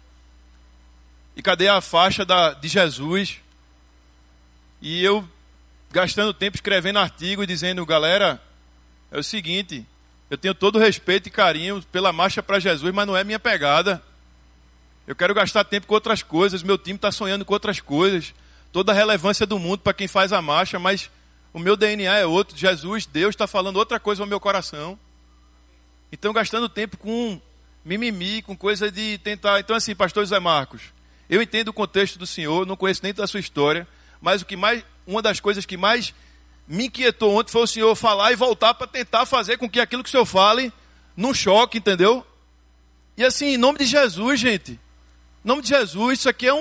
E cadê a faixa de Jesus? E eu gastando tempo escrevendo artigo e dizendo: galera, é o seguinte, eu tenho todo o respeito e carinho pela marcha para Jesus, mas não é minha pegada. Eu quero gastar tempo com outras coisas, meu time está sonhando com outras coisas. Toda a relevância do mundo para quem faz a marcha, mas o meu DNA é outro. Jesus, Deus está falando outra coisa no meu coração. Então, gastando tempo com mimimi, com coisa de tentar... Então, assim, pastor José Marcos, eu entendo o contexto do senhor, não conheço nem da sua história, mas uma das coisas que mais me inquietou ontem foi o senhor falar e voltar para tentar fazer com que aquilo que o senhor fale não choque, entendeu? E assim, em nome de Jesus, gente, em nome de Jesus, isso aqui é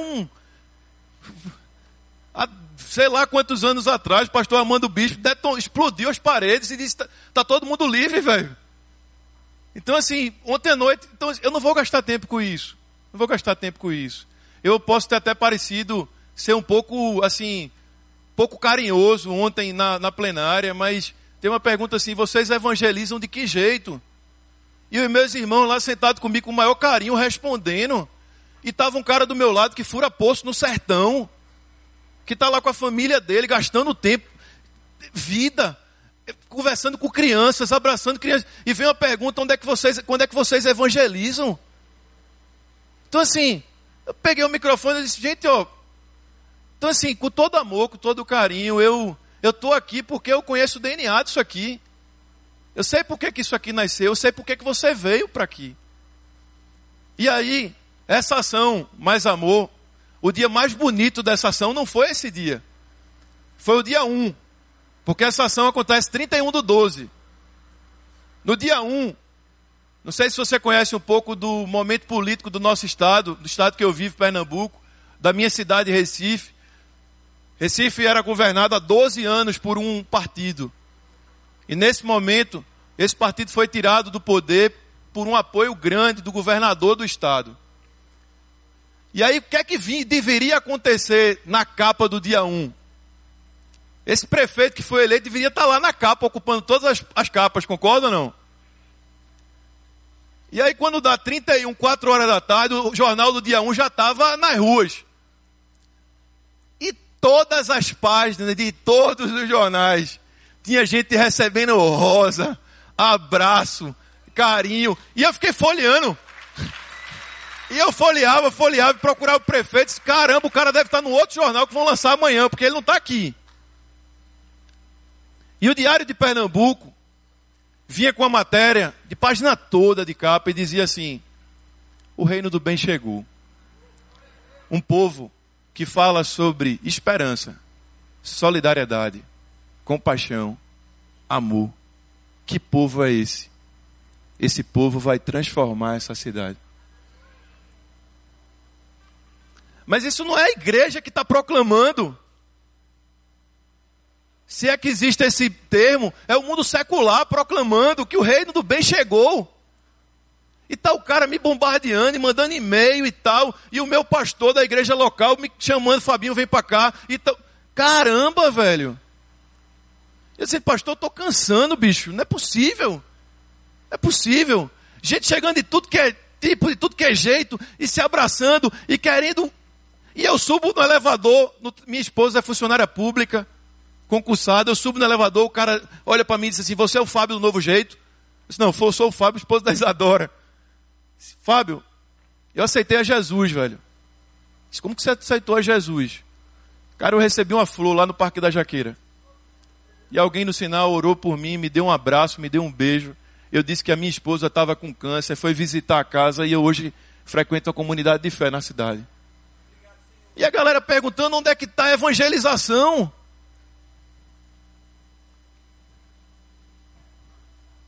há sei lá quantos anos atrás, o pastor Armando Bispo explodiu as paredes e disse: tá todo mundo livre, velho. Então assim, ontem à noite, então, eu não vou gastar tempo com isso. Não vou gastar tempo com isso. Eu posso ter até parecido ser um pouco, assim, pouco carinhoso ontem na plenária, mas tem uma pergunta assim: vocês evangelizam de que jeito? E os meus irmãos lá sentados comigo com o maior carinho respondendo. E estava um cara do meu lado que fura poço no sertão, que está lá com a família dele, gastando tempo, vida, conversando com crianças, abraçando crianças. E vem uma pergunta: quando é que vocês evangelizam? Então assim, eu peguei o microfone e disse: gente, ó, então assim, com todo amor, com todo carinho, eu estou aqui porque eu conheço o DNA disso aqui. Eu sei por que isso aqui nasceu, eu sei por que você veio para aqui. E aí, essa ação, Mais Amor, o dia mais bonito dessa ação não foi esse dia. Foi o dia 1. Porque essa ação acontece 31/12. No dia 1, não sei se você conhece um pouco do momento político do nosso estado, do estado que eu vivo, Pernambuco, da minha cidade, Recife. Recife era governado há 12 anos por um partido. E nesse momento, esse partido foi tirado do poder por um apoio grande do governador do estado. E aí, o que é que deveria acontecer na capa do dia 1? Esse prefeito que foi eleito deveria estar lá na capa, ocupando todas as capas, concorda ou não? E aí, quando dá 31, 4 horas da tarde, o jornal do dia 1 já estava nas ruas. E todas as páginas de todos os jornais, tinha gente recebendo rosa, abraço, carinho. E eu fiquei folheando. E eu folheava e procurava o prefeito. Disse: caramba, o cara deve estar no outro jornal que vão lançar amanhã, porque ele não está aqui. E o Diário de Pernambuco vinha com a matéria de página toda de capa e dizia assim: o reino do bem chegou. Um povo que fala sobre esperança, solidariedade, compaixão, amor. Que povo é esse? Esse povo vai transformar essa cidade. Mas isso não é a igreja que está proclamando. Se é que existe esse termo, é o mundo secular proclamando que o reino do bem chegou. E tá o cara me bombardeando e mandando e-mail e tal. E o meu pastor da igreja local me chamando: Fabinho, vem para cá. E tal. Caramba, velho. Eu disse: pastor, eu tô cansando, bicho. Não é possível. Não é possível. Gente chegando de tudo que é tipo, de tudo que é jeito, e se abraçando, e querendo... E eu subo no elevador, minha esposa é funcionária pública, concursada, eu subo no elevador, o cara olha para mim e diz assim: você é o Fábio do Novo Jeito? Eu disse: não, eu sou o Fábio, esposo da Isadora. Disse: Fábio, eu aceitei a Jesus, velho. Disse: como que você aceitou a Jesus? Cara, eu recebi uma flor lá no Parque da Jaqueira. E alguém no sinal orou por mim, me deu um abraço, me deu um beijo. Eu disse que a minha esposa estava com câncer, foi visitar a casa e eu hoje frequento a comunidade de fé na cidade. E a galera perguntando: onde é que está a evangelização?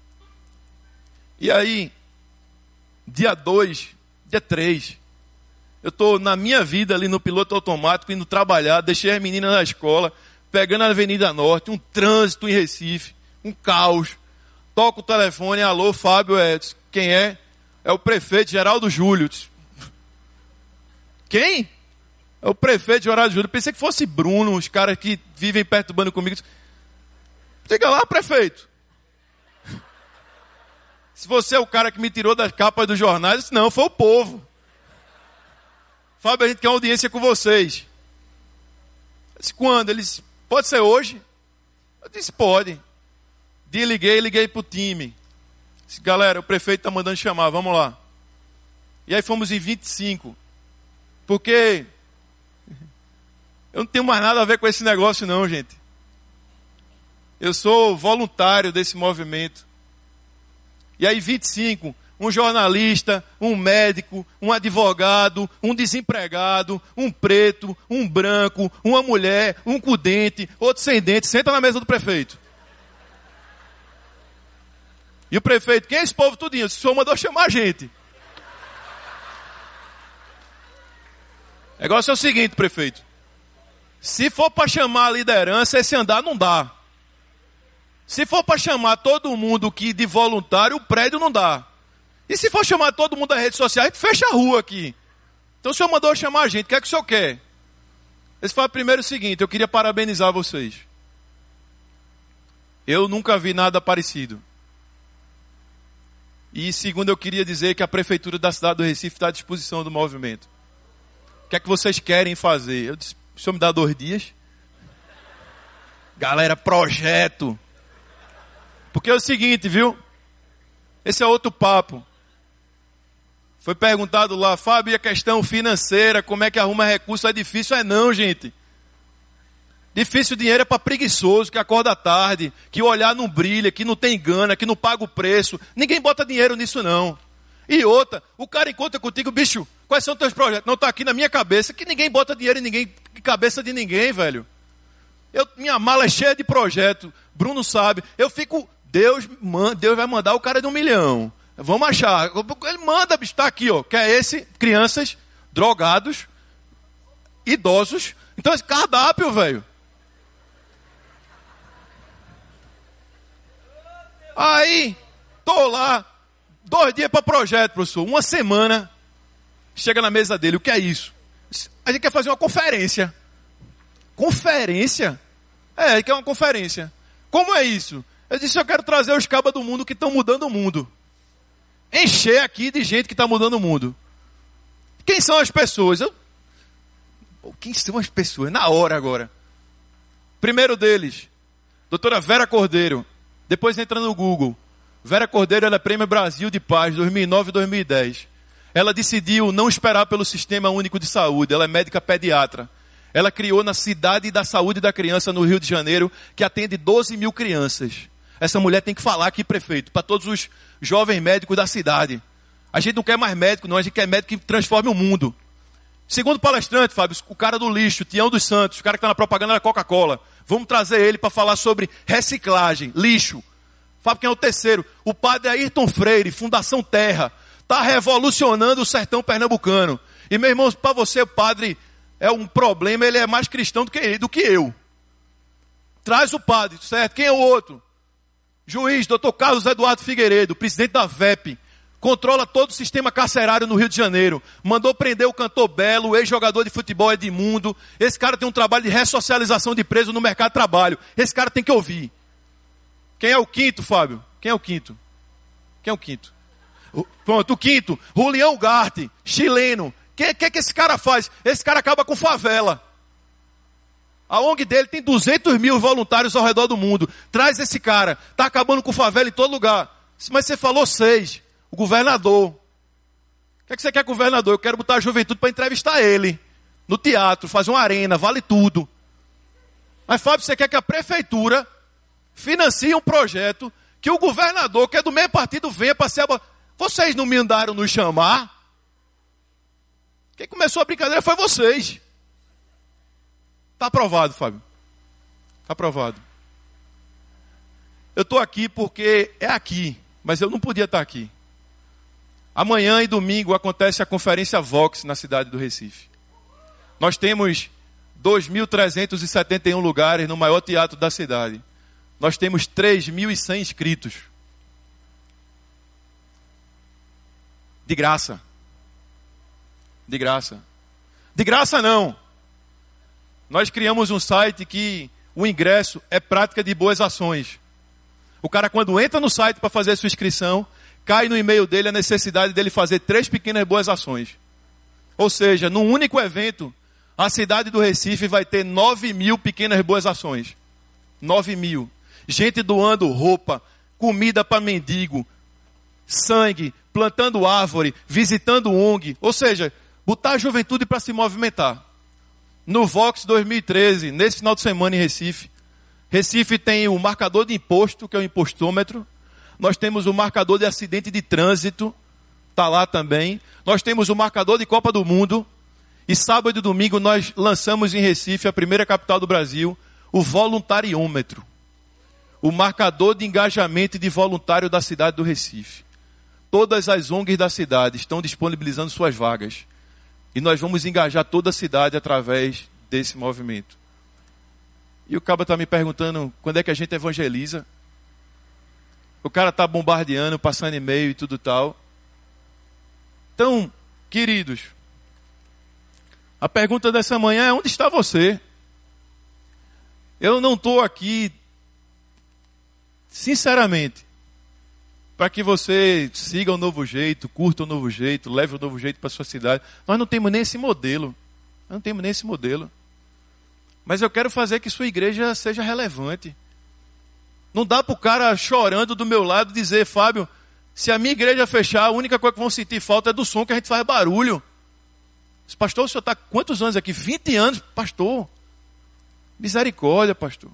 E aí, dia 2, dia 3, Eu estou na minha vida ali no piloto automático, indo trabalhar, deixei as meninas na escola, pegando a Avenida Norte, um trânsito em Recife, um caos. Toco o telefone, alô, Fábio, quem é? É o prefeito Geraldo Júlio. Quem? É o prefeito Geraldo Júlio. Pensei que fosse Bruno, os caras que vivem perturbando comigo. Diga lá, prefeito. Se você é o cara que me tirou das capas dos jornais, eu disse, não, foi o povo. Fábio, a gente quer audiência com vocês. Eu disse, quando? Ele disse, pode ser hoje? Eu disse, pode. Liguei pro time. Disse, galera, o prefeito está mandando chamar, vamos lá. E aí fomos em 25. Porque eu não tenho mais nada a ver com esse negócio não, gente. Eu sou voluntário desse movimento. E aí 25, um jornalista, um médico, um advogado, um desempregado, um preto, um branco, uma mulher, um com dente, outro sem dente, senta na mesa do prefeito. E o prefeito, quem é esse povo tudinho? O senhor mandou chamar a gente. O negócio é o seguinte, prefeito. Se for para chamar a liderança, esse andar não dá. Se for para chamar todo mundo que de voluntário, o prédio não dá. E se for chamar todo mundo das redes sociais, a gente fecha a rua aqui. Então o senhor mandou chamar a gente, o que é que o senhor quer? Esse foi primeiro o seguinte, eu queria parabenizar vocês. Eu nunca vi nada parecido. E segundo, eu queria dizer que a prefeitura da cidade do Recife está à disposição do movimento. O que é que vocês querem fazer? Eu disse, o senhor me dá 2 dias? Galera, projeto. Porque é o seguinte, viu? Esse é outro papo. Foi perguntado lá, Fábio, e a questão financeira, como é que arruma recurso? É difícil? É não, gente. Difícil dinheiro é para preguiçoso, que acorda tarde, que o olhar não brilha, que não tem gana, que não paga o preço. Ninguém bota dinheiro nisso não. E outra, o cara encontra contigo, bicho, quais são os teus projetos? Não, está aqui na minha cabeça, que ninguém bota dinheiro em ninguém, cabeça de ninguém, velho. Minha mala é cheia de projetos, Bruno sabe, eu fico, Deus vai mandar o cara de 1 milhão. Vamos achar, ele manda, bicho, está aqui, ó, que é esse, crianças, drogados, idosos, então esse cardápio, velho. Aí, tô lá, 2 dias para projeto, professor, 1 semana, chega na mesa dele, o que é isso? A gente quer fazer uma conferência. Conferência? É, ele quer uma conferência. Como é isso? Eu disse, eu quero trazer os cabas do mundo que estão mudando o mundo. Encher aqui de gente que está mudando o mundo. Quem são as pessoas? Quem são as pessoas? Na hora agora. Primeiro deles, doutora Vera Cordeiro. Depois entra no Google. Vera Cordeiro, ela é Prêmio Brasil de Paz, 2009 e 2010. Ela decidiu não esperar pelo Sistema Único de Saúde. Ela é médica pediatra. Ela criou na Cidade da Saúde da Criança, no Rio de Janeiro, que atende 12 mil crianças. Essa mulher tem que falar aqui, prefeito, para todos os jovens médicos da cidade. A gente não quer mais médico, não. A gente quer médico que transforme o mundo. Segundo palestrante, Fábio, o cara do lixo, Tião dos Santos, o cara que está na propaganda da Coca-Cola. Vamos trazer ele para falar sobre reciclagem, lixo. Fábio, quem é o terceiro? O padre Ayrton Freire, Fundação Terra. Está revolucionando o sertão pernambucano. E, meu irmão, para você, o padre é um problema, ele é mais cristão do que eu. Traz o padre, certo? Quem é o outro? Juiz, doutor Carlos Eduardo Figueiredo, presidente da VEP. Controla todo o sistema carcerário no Rio de Janeiro. Mandou prender o cantor Belo, o ex-jogador de futebol Edmundo. Esse cara tem um trabalho de ressocialização de preso no mercado de trabalho. Esse cara tem que ouvir. Quem é o quinto, Fábio? Quem é o quinto? Quem é o quinto? Pronto, o quinto. Julião Ugarte, chileno. O que esse cara faz? Esse cara acaba com favela. A ONG dele tem 200 mil voluntários ao redor do mundo. Traz esse cara. Está acabando com favela em todo lugar. Mas você falou 6. O governador. O que você quer, governador? Eu quero botar a juventude para entrevistar ele. No teatro, fazer uma arena, vale tudo. Mas, Fábio, você quer que a prefeitura financie um projeto que o governador, que é do mesmo partido, venha para ser... Vocês não me mandaram nos chamar? Quem começou a brincadeira foi vocês. Está aprovado, Fábio. Está aprovado. Eu estou aqui porque é aqui, mas eu não podia estar aqui. Amanhã e domingo acontece a Conferência Vox na cidade do Recife. Nós temos 2.371 lugares no maior teatro da cidade. Nós temos 3.100 inscritos. De graça. De graça. De graça não. Nós criamos um site que o ingresso é prática de boas ações. O cara, quando entra no site para fazer a sua inscrição, cai no e-mail dele a necessidade dele fazer 3 pequenas boas ações. Ou seja, num único evento, a cidade do Recife vai ter 9.000 pequenas boas ações. 9.000. Gente doando roupa, comida para mendigo, sangue, plantando árvore, visitando ONG. Ou seja, botar a juventude para se movimentar. No Vox 2013, nesse final de semana em Recife, Recife tem o marcador de imposto, que é o impostômetro. Nós temos o marcador de acidente de trânsito, está lá também. Nós temos o marcador de Copa do Mundo. E sábado e domingo nós lançamos em Recife, a primeira capital do Brasil, o voluntariômetro. O marcador de engajamento e de voluntário da cidade do Recife. Todas as ONGs da cidade estão disponibilizando suas vagas. E nós vamos engajar toda a cidade através desse movimento. E o cara está me perguntando quando é que a gente evangeliza. O cara está bombardeando, passando e-mail e tudo tal. Então, queridos, a pergunta dessa manhã é: onde está você? Eu não estou aqui, sinceramente, para que você siga o novo jeito, curta o novo jeito, leve o novo jeito para a sua cidade. Nós não temos nem esse modelo. Mas eu quero fazer que sua igreja seja relevante. Não dá para o cara chorando do meu lado dizer: Fábio, se a minha igreja fechar, a única coisa que vão sentir falta é do som, que a gente faz barulho. Pastor, o senhor está quantos anos aqui? 20 anos, pastor. Misericórdia, pastor.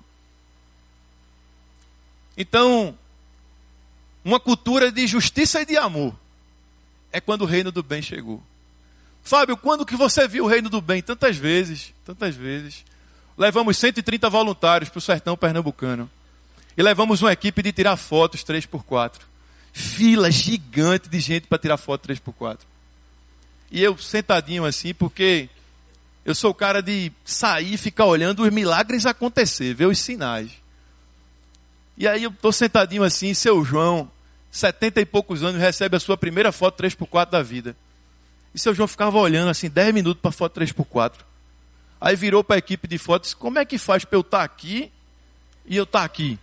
Então, uma cultura de justiça e de amor é quando o reino do bem chegou. Fábio, quando que você viu o reino do bem? Tantas vezes. Levamos 130 voluntários para o sertão pernambucano. E levamos uma equipe de tirar fotos 3x4. Fila gigante de gente para tirar foto 3x4. E eu sentadinho assim, porque eu sou o cara de sair e ficar olhando os milagres acontecer, ver os sinais. E aí eu estou sentadinho assim, seu João, 70 e poucos anos, recebe a sua primeira foto 3x4 da vida. E seu João ficava olhando assim, 10 minutos para a foto 3x4. Aí virou para a equipe de fotos: como é que faz para eu estar aqui e eu estar aqui?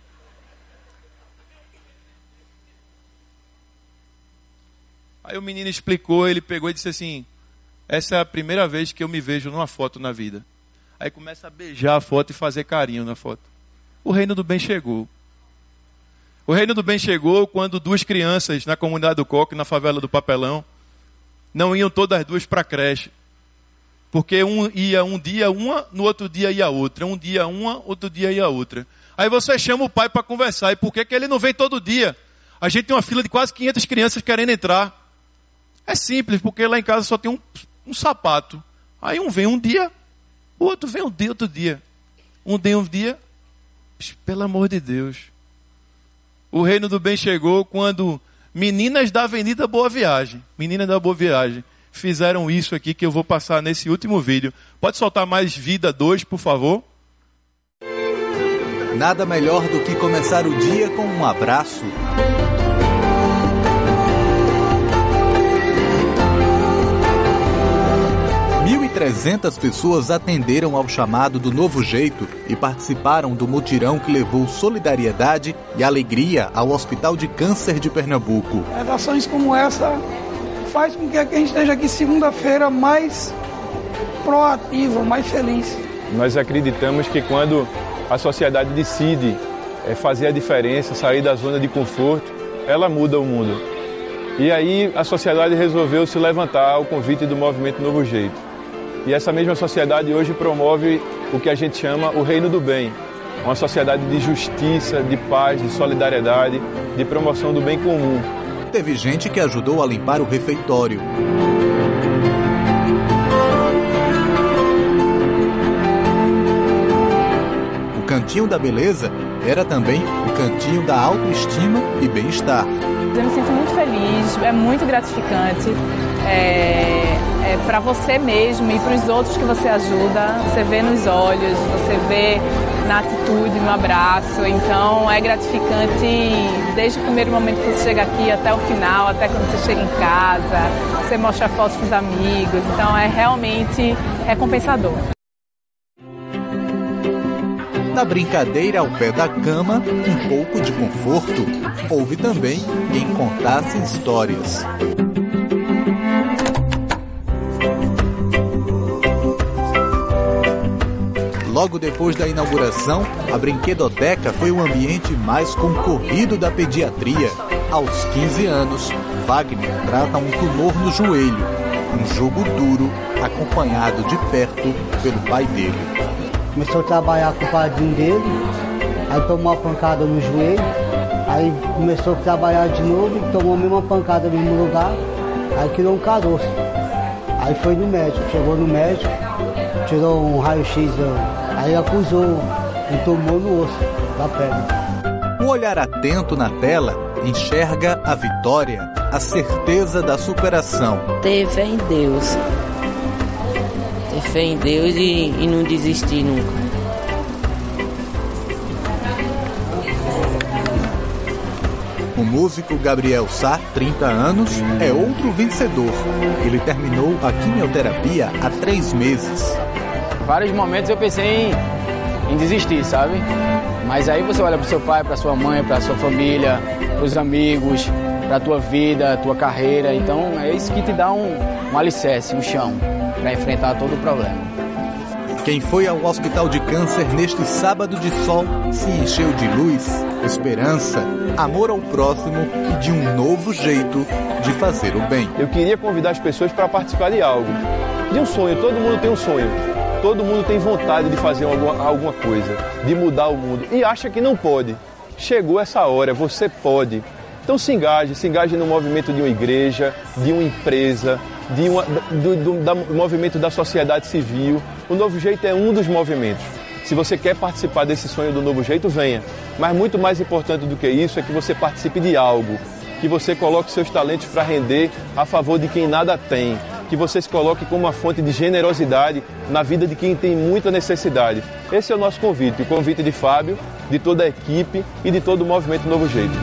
Aí o menino explicou, ele pegou e disse assim: essa é a primeira vez que eu me vejo numa foto na vida. Aí começa a beijar a foto e fazer carinho na foto. O reino do bem chegou. O reino do bem chegou quando 2 crianças na comunidade do Coque, na favela do Papelão, não iam todas as 2 para a creche. Porque um ia um dia uma, no outro dia ia outra. Um dia uma, outro dia ia outra. Aí você chama o pai para conversar. E por que ele não vem todo dia? A gente tem uma fila de quase 500 crianças querendo entrar. É simples, porque lá em casa só tem um sapato. Aí um vem um dia, o outro vem outro dia. Um dia. Pelo amor de Deus. O reino do bem chegou quando meninas da Avenida Boa Viagem, fizeram isso aqui que eu vou passar nesse último vídeo. Pode soltar mais Vida 2, por favor? Nada melhor do que começar o dia com um abraço. E 1.300 pessoas atenderam ao chamado do Novo Jeito e participaram do mutirão que levou solidariedade e alegria ao Hospital de Câncer de Pernambuco. Ações como essa faz com que a gente esteja aqui segunda-feira mais proativo, mais feliz. Nós acreditamos que quando a sociedade decide fazer a diferença, sair da zona de conforto, ela muda o mundo. E aí a sociedade resolveu se levantar ao convite do movimento Novo Jeito. E essa mesma sociedade hoje promove o que a gente chama o reino do bem. Uma sociedade de justiça, de paz, de solidariedade, de promoção do bem comum. Teve gente que ajudou a limpar o refeitório. O Cantinho da Beleza era também o cantinho da autoestima e bem-estar. Eu me sinto muito feliz, é muito gratificante. É para você mesmo e para os outros que você ajuda. Você vê nos olhos, você vê na atitude, no abraço. Então é gratificante desde o primeiro momento que você chega aqui até o final, até quando você chega em casa, você mostra fotos para os amigos. Então é realmente recompensador. Na brincadeira ao pé da cama, um pouco de conforto. Houve também quem contasse histórias. Logo depois da inauguração, a Brinquedoteca foi o ambiente mais concorrido da pediatria. Aos 15 anos, Wagner trata um tumor no joelho, um jogo duro, acompanhado de perto pelo pai dele. Começou a trabalhar com o padrinho dele, aí tomou uma pancada no joelho, aí começou a trabalhar de novo e tomou a mesma pancada no mesmo lugar, aí criou um caroço. Aí foi no médico, chegou no médico, tirou um raio-x, aí acusou um tumor no osso da perna. Um olhar atento na tela enxerga a vitória, a certeza da superação. Ter fé em Deus. Ter fé em Deus e não desistir nunca. O músico Gabriel Sá, 30 anos, é outro vencedor. Ele terminou a quimioterapia há 3 meses. Vários momentos eu pensei em desistir, sabe? Mas aí você olha para o seu pai, para sua mãe, para sua família, para os amigos, para a tua vida, a tua carreira. Então é isso que te dá um alicerce, um chão, para enfrentar todo o problema. Quem foi ao Hospital de Câncer neste sábado de sol se encheu de luz, esperança, amor ao próximo e de um novo jeito de fazer o bem. Eu queria convidar as pessoas para participar de algo, de um sonho. Todo mundo tem um sonho, todo mundo tem vontade de fazer alguma coisa, de mudar o mundo e acha que não pode. Chegou essa hora, você pode. Então se engaje no movimento de uma igreja, de uma empresa, do movimento da sociedade civil. O Novo Jeito é um dos movimentos. Se você quer participar desse sonho do Novo Jeito, venha. Mas muito mais importante do que isso é que você participe de algo, que você coloque seus talentos para render a favor de quem nada tem, que você se coloque como uma fonte de generosidade na vida de quem tem muita necessidade. Esse é o nosso convite, o convite de Fábio, de toda a equipe e de todo o movimento Novo Jeito.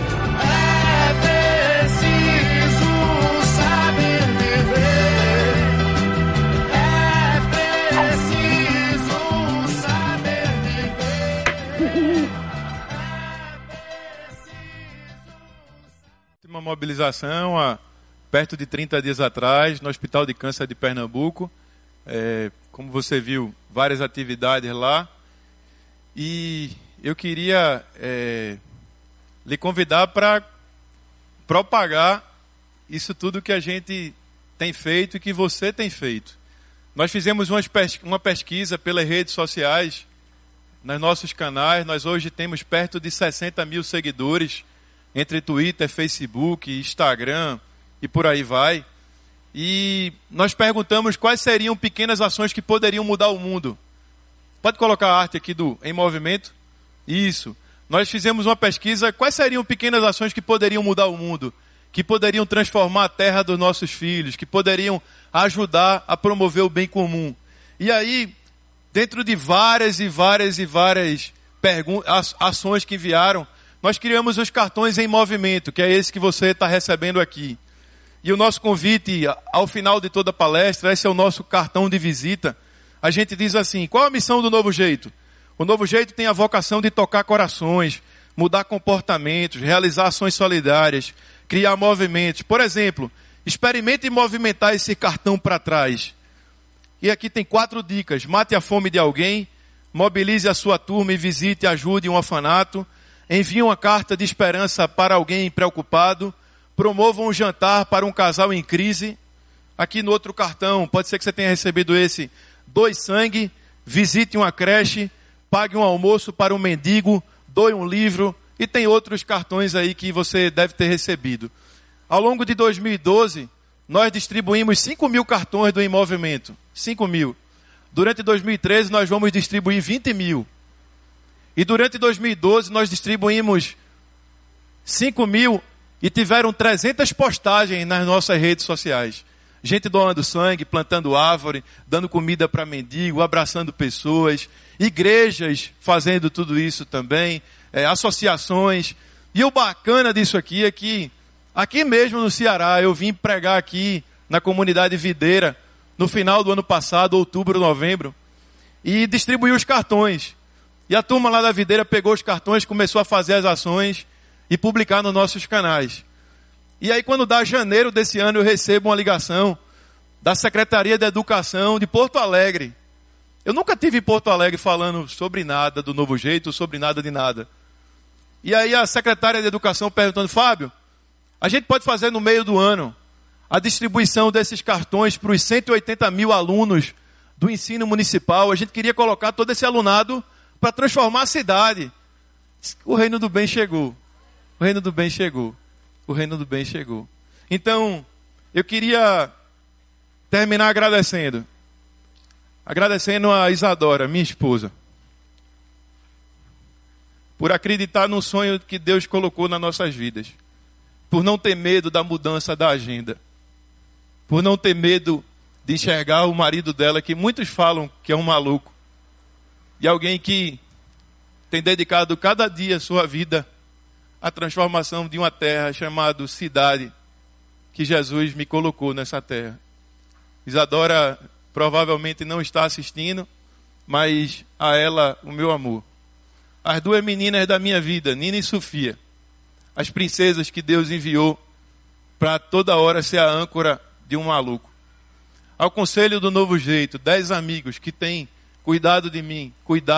Uma mobilização há perto de 30 dias atrás no Hospital de Câncer de Pernambuco. Como você viu, várias atividades lá. E eu queria lhe convidar para propagar isso tudo que a gente tem feito e que você tem feito. Nós fizemos uma pesquisa pelas redes sociais, nos nossos canais. Nós hoje temos perto de 60 mil seguidores, entre Twitter, Facebook, Instagram e por aí vai. E nós perguntamos quais seriam pequenas ações que poderiam mudar o mundo. Pode colocar a arte aqui do Em Movimento? Isso. Nós fizemos uma pesquisa, quais seriam pequenas ações que poderiam mudar o mundo, que poderiam transformar a terra dos nossos filhos, que poderiam ajudar a promover o bem comum. E aí, dentro de várias ações que enviaram, nós criamos os cartões Em Movimento, que é esse que você está recebendo aqui. E o nosso convite, ao final de toda a palestra, esse é o nosso cartão de visita. A gente diz assim, qual a missão do Novo Jeito? O Novo Jeito tem a vocação de tocar corações, mudar comportamentos, realizar ações solidárias, criar movimentos. Por exemplo, experimente movimentar esse cartão para trás. E aqui tem 4 dicas. Mate a fome de alguém, mobilize a sua turma e visite e ajude um orfanato, envie uma carta de esperança para alguém preocupado, promova um jantar para um casal em crise. Aqui no outro cartão, pode ser que você tenha recebido esse, doe sangue, visite uma creche, pague um almoço para um mendigo, doe um livro, e tem outros cartões aí que você deve ter recebido. Ao longo de 2012, nós distribuímos 5 mil cartões do Em Movimento. 5 mil. Durante 2013, nós vamos distribuir 20 mil. E durante 2012 nós distribuímos 5.000 e tiveram 300 postagens nas nossas redes sociais. Gente doando sangue, plantando árvore, dando comida para mendigo, abraçando pessoas, igrejas fazendo tudo isso também, associações. E o bacana disso aqui é que, aqui mesmo no Ceará, eu vim pregar aqui na comunidade Videira, no final do ano passado, outubro, novembro, e distribuí os cartões. E a turma lá da Videira pegou os cartões, começou a fazer as ações e publicar nos nossos canais. E aí quando dá janeiro desse ano, eu recebo uma ligação da Secretaria de Educação de Porto Alegre. Eu nunca tive em Porto Alegre falando sobre nada do Novo Jeito, sobre nada de nada. E aí a secretária de Educação perguntando: Fábio, a gente pode fazer no meio do ano a distribuição desses cartões para os 180 mil alunos do ensino municipal? A gente queria colocar todo esse alunado para transformar a cidade. O reino do bem chegou. O reino do bem chegou. O reino do bem chegou. Então, eu queria terminar agradecendo a Isadora, minha esposa, por acreditar no sonho que Deus colocou nas nossas vidas, por não ter medo da mudança da agenda, por não ter medo de enxergar o marido dela, que muitos falam que é um maluco, e alguém que tem dedicado cada dia a sua vida à transformação de uma terra chamada cidade, que Jesus me colocou nessa terra. Isadora provavelmente não está assistindo, mas a ela o meu amor. As duas meninas da minha vida, Nina e Sofia, as princesas que Deus enviou para toda hora ser a âncora de um maluco. Ao Conselho do Novo Jeito, 10 amigos que têm cuidado de mim,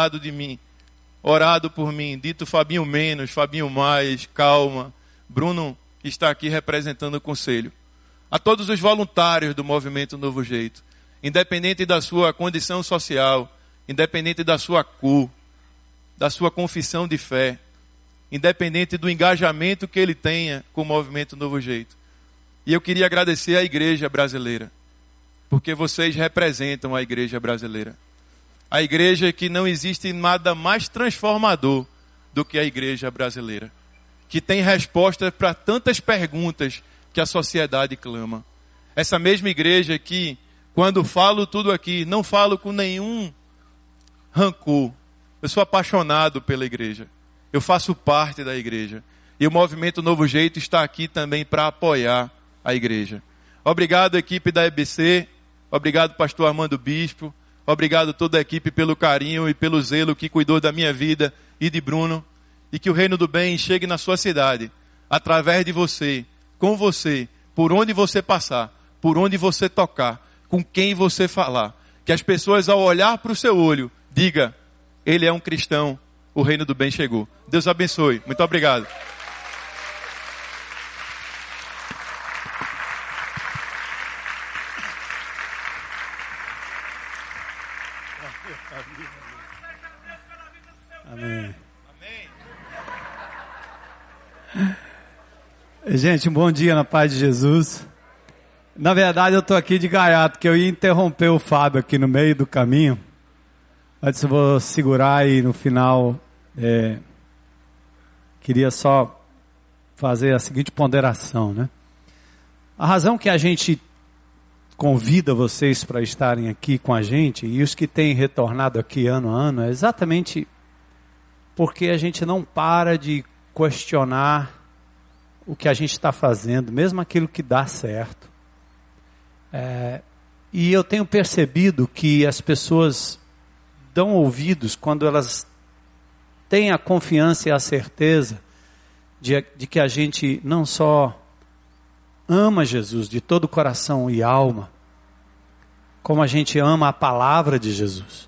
orado por mim, dito Fabinho menos, Fabinho mais, calma. Bruno está aqui representando o Conselho. A todos os voluntários do Movimento Novo Jeito, independente da sua condição social, independente da sua cor, da sua confissão de fé, independente do engajamento que ele tenha com o Movimento Novo Jeito. E eu queria agradecer à igreja brasileira, porque vocês representam a igreja brasileira. A igreja que não existe nada mais transformador do que a igreja brasileira, que tem respostas para tantas perguntas que a sociedade clama. Essa mesma igreja que, quando falo tudo aqui, não falo com nenhum rancor. Eu sou apaixonado pela igreja. Eu faço parte da igreja. E o Movimento Novo Jeito está aqui também para apoiar a igreja. Obrigado, equipe da EBC. Obrigado, pastor Armando Bispo. Obrigado toda a equipe pelo carinho e pelo zelo que cuidou da minha vida e de Bruno. E que o reino do bem chegue na sua cidade, através de você, com você, por onde você passar, por onde você tocar, com quem você falar. Que as pessoas, ao olhar para o seu olho, digam: ele é um cristão, o reino do bem chegou. Deus abençoe. Muito obrigado. Amém. Gente, um bom dia na paz de Jesus. Na verdade, eu estou aqui de gaiato, que eu ia interromper o Fábio aqui no meio do caminho. Mas eu vou segurar aí no final. Queria só fazer a seguinte ponderação, né? A razão que a gente convida vocês para estarem aqui com a gente, e os que têm retornado aqui ano a ano, é exatamente porque a gente não para de questionar o que a gente está fazendo, mesmo aquilo que dá certo. E eu tenho percebido que as pessoas dão ouvidos quando elas têm a confiança e a certeza de que a gente não só ama Jesus de todo o coração e alma, como a gente ama a palavra de Jesus.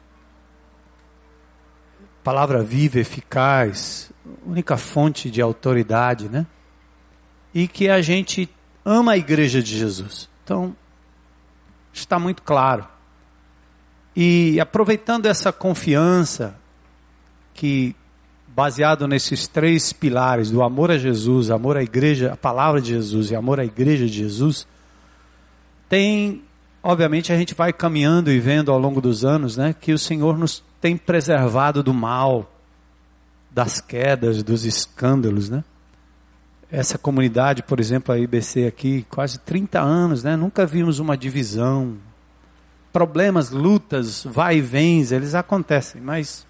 Palavra viva, eficaz, única fonte de autoridade, né? E que a gente ama a igreja de Jesus. Então, está muito claro. E aproveitando essa confiança, que baseado nesses 3 pilares, do amor a Jesus, amor à igreja, a palavra de Jesus e amor à igreja de Jesus, obviamente a gente vai caminhando e vendo ao longo dos anos, né, que o Senhor nos tem preservado do mal, das quedas, dos escândalos, né? Essa comunidade, por exemplo, a IBC aqui, quase 30 anos, né? Nunca vimos uma divisão. Problemas, lutas, vai e vens, eles acontecem, mas...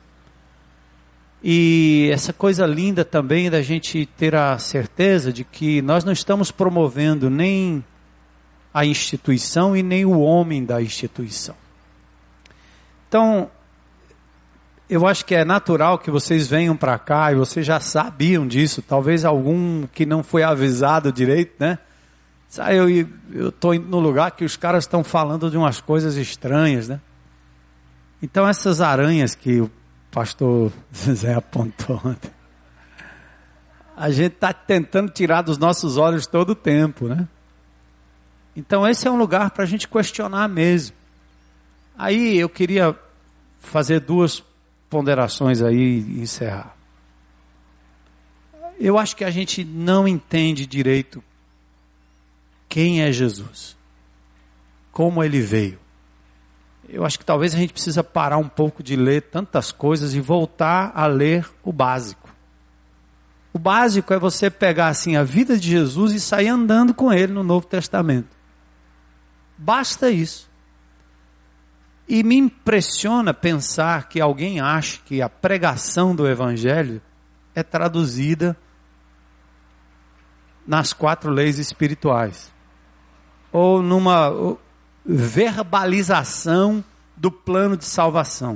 E essa coisa linda também da gente ter a certeza de que nós não estamos promovendo nem a instituição e nem o homem da instituição. Então, eu acho que é natural que vocês venham para cá e vocês já sabiam disso, talvez algum que não foi avisado direito, né? Eu estou indo num lugar que os caras estão falando de umas coisas estranhas, né? Então essas aranhas que o pastor Zé apontou ontem, a gente está tentando tirar dos nossos olhos todo o tempo, né? Então esse é um lugar para a gente questionar mesmo. Aí eu queria fazer 2 ponderações aí e encerrar. Eu acho que a gente não entende direito quem é Jesus, como ele veio. Eu acho que talvez a gente precisa parar um pouco de ler tantas coisas e voltar a ler o básico. O básico é você pegar assim a vida de Jesus e sair andando com ele no Novo Testamento. Basta isso. E me impressiona pensar que alguém acha que a pregação do Evangelho é traduzida nas 4 leis espirituais. Ou numa verbalização do plano de salvação.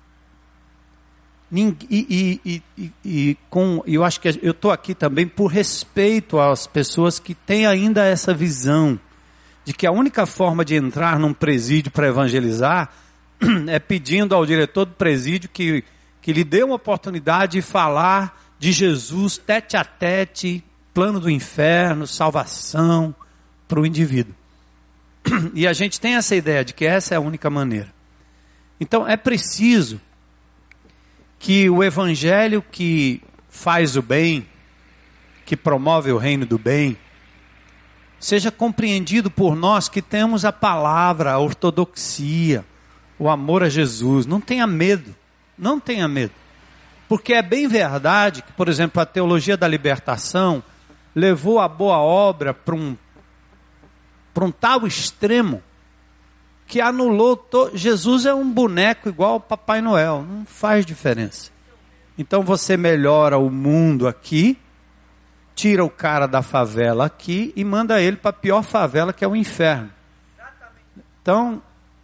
Eu acho que eu estou aqui também por respeito às pessoas que têm ainda essa visão de que a única forma de entrar num presídio para evangelizar é pedindo ao diretor do presídio que lhe dê uma oportunidade de falar de Jesus tete a tete, plano do inferno, salvação para o indivíduo. E a gente tem essa ideia de que essa é a única maneira. Então é preciso que o evangelho que faz o bem, que promove o reino do bem, seja compreendido por nós que temos a palavra, a ortodoxia, o amor a Jesus. Não tenha medo, não tenha medo. Porque é bem verdade que, por exemplo, a teologia da libertação levou a boa obra para um tal extremo que anulou Jesus é um boneco igual ao Papai Noel, não faz diferença. Então você melhora o mundo aqui, tira o cara da favela aqui e manda ele para a pior favela, que é o inferno. Então,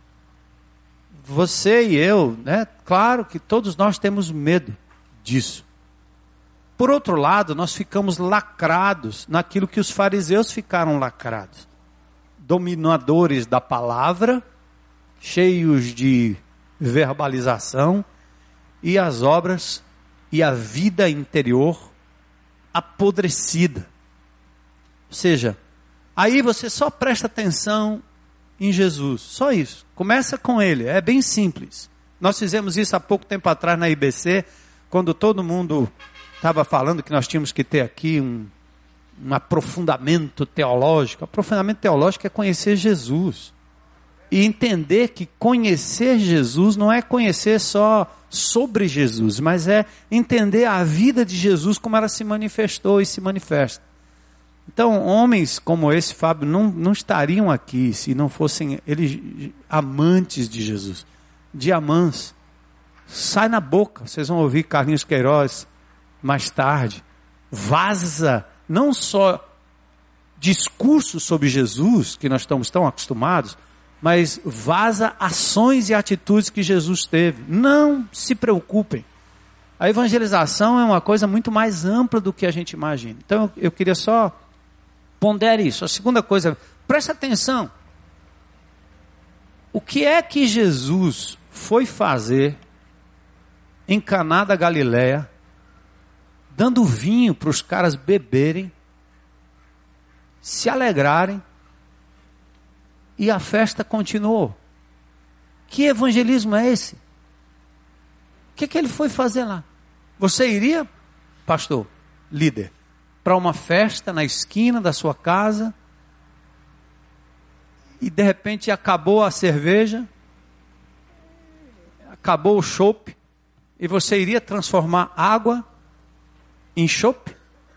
você e eu, né? Claro que todos nós temos medo disso. Por outro lado, nós ficamos lacrados naquilo que os fariseus ficaram lacrados. Dominadores da palavra, cheios de verbalização, e as obras e a vida interior apodrecida. Ou seja, aí você só presta atenção em Jesus, só isso. Começa com ele, é bem simples. Nós fizemos isso há pouco tempo atrás na IBC, quando todo mundo estava falando que nós tínhamos que ter aqui um aprofundamento teológico. Aprofundamento teológico é conhecer Jesus. E entender que conhecer Jesus não é conhecer só sobre Jesus, mas é entender a vida de Jesus, como ela se manifestou e se manifesta. Então, homens como esse, Fábio, não estariam aqui se não fossem eles amantes de Jesus. Diamants. Sai na boca. Vocês vão ouvir Carlinhos Queiroz mais tarde. Vaza não só discursos sobre Jesus, que nós estamos tão acostumados, mas vaza ações e atitudes que Jesus teve. Não se preocupem. A evangelização é uma coisa muito mais ampla do que a gente imagina. Então eu queria só ponderar isso. A segunda coisa, presta atenção. O que é que Jesus foi fazer em Caná da Galileia, dando vinho para os caras beberem, se alegrarem, e a festa continuou? Que evangelismo é esse? O que ele foi fazer lá? Você iria, pastor, líder, para uma festa na esquina da sua casa, e de repente acabou a cerveja, acabou o chopp, e você iria transformar água enxope?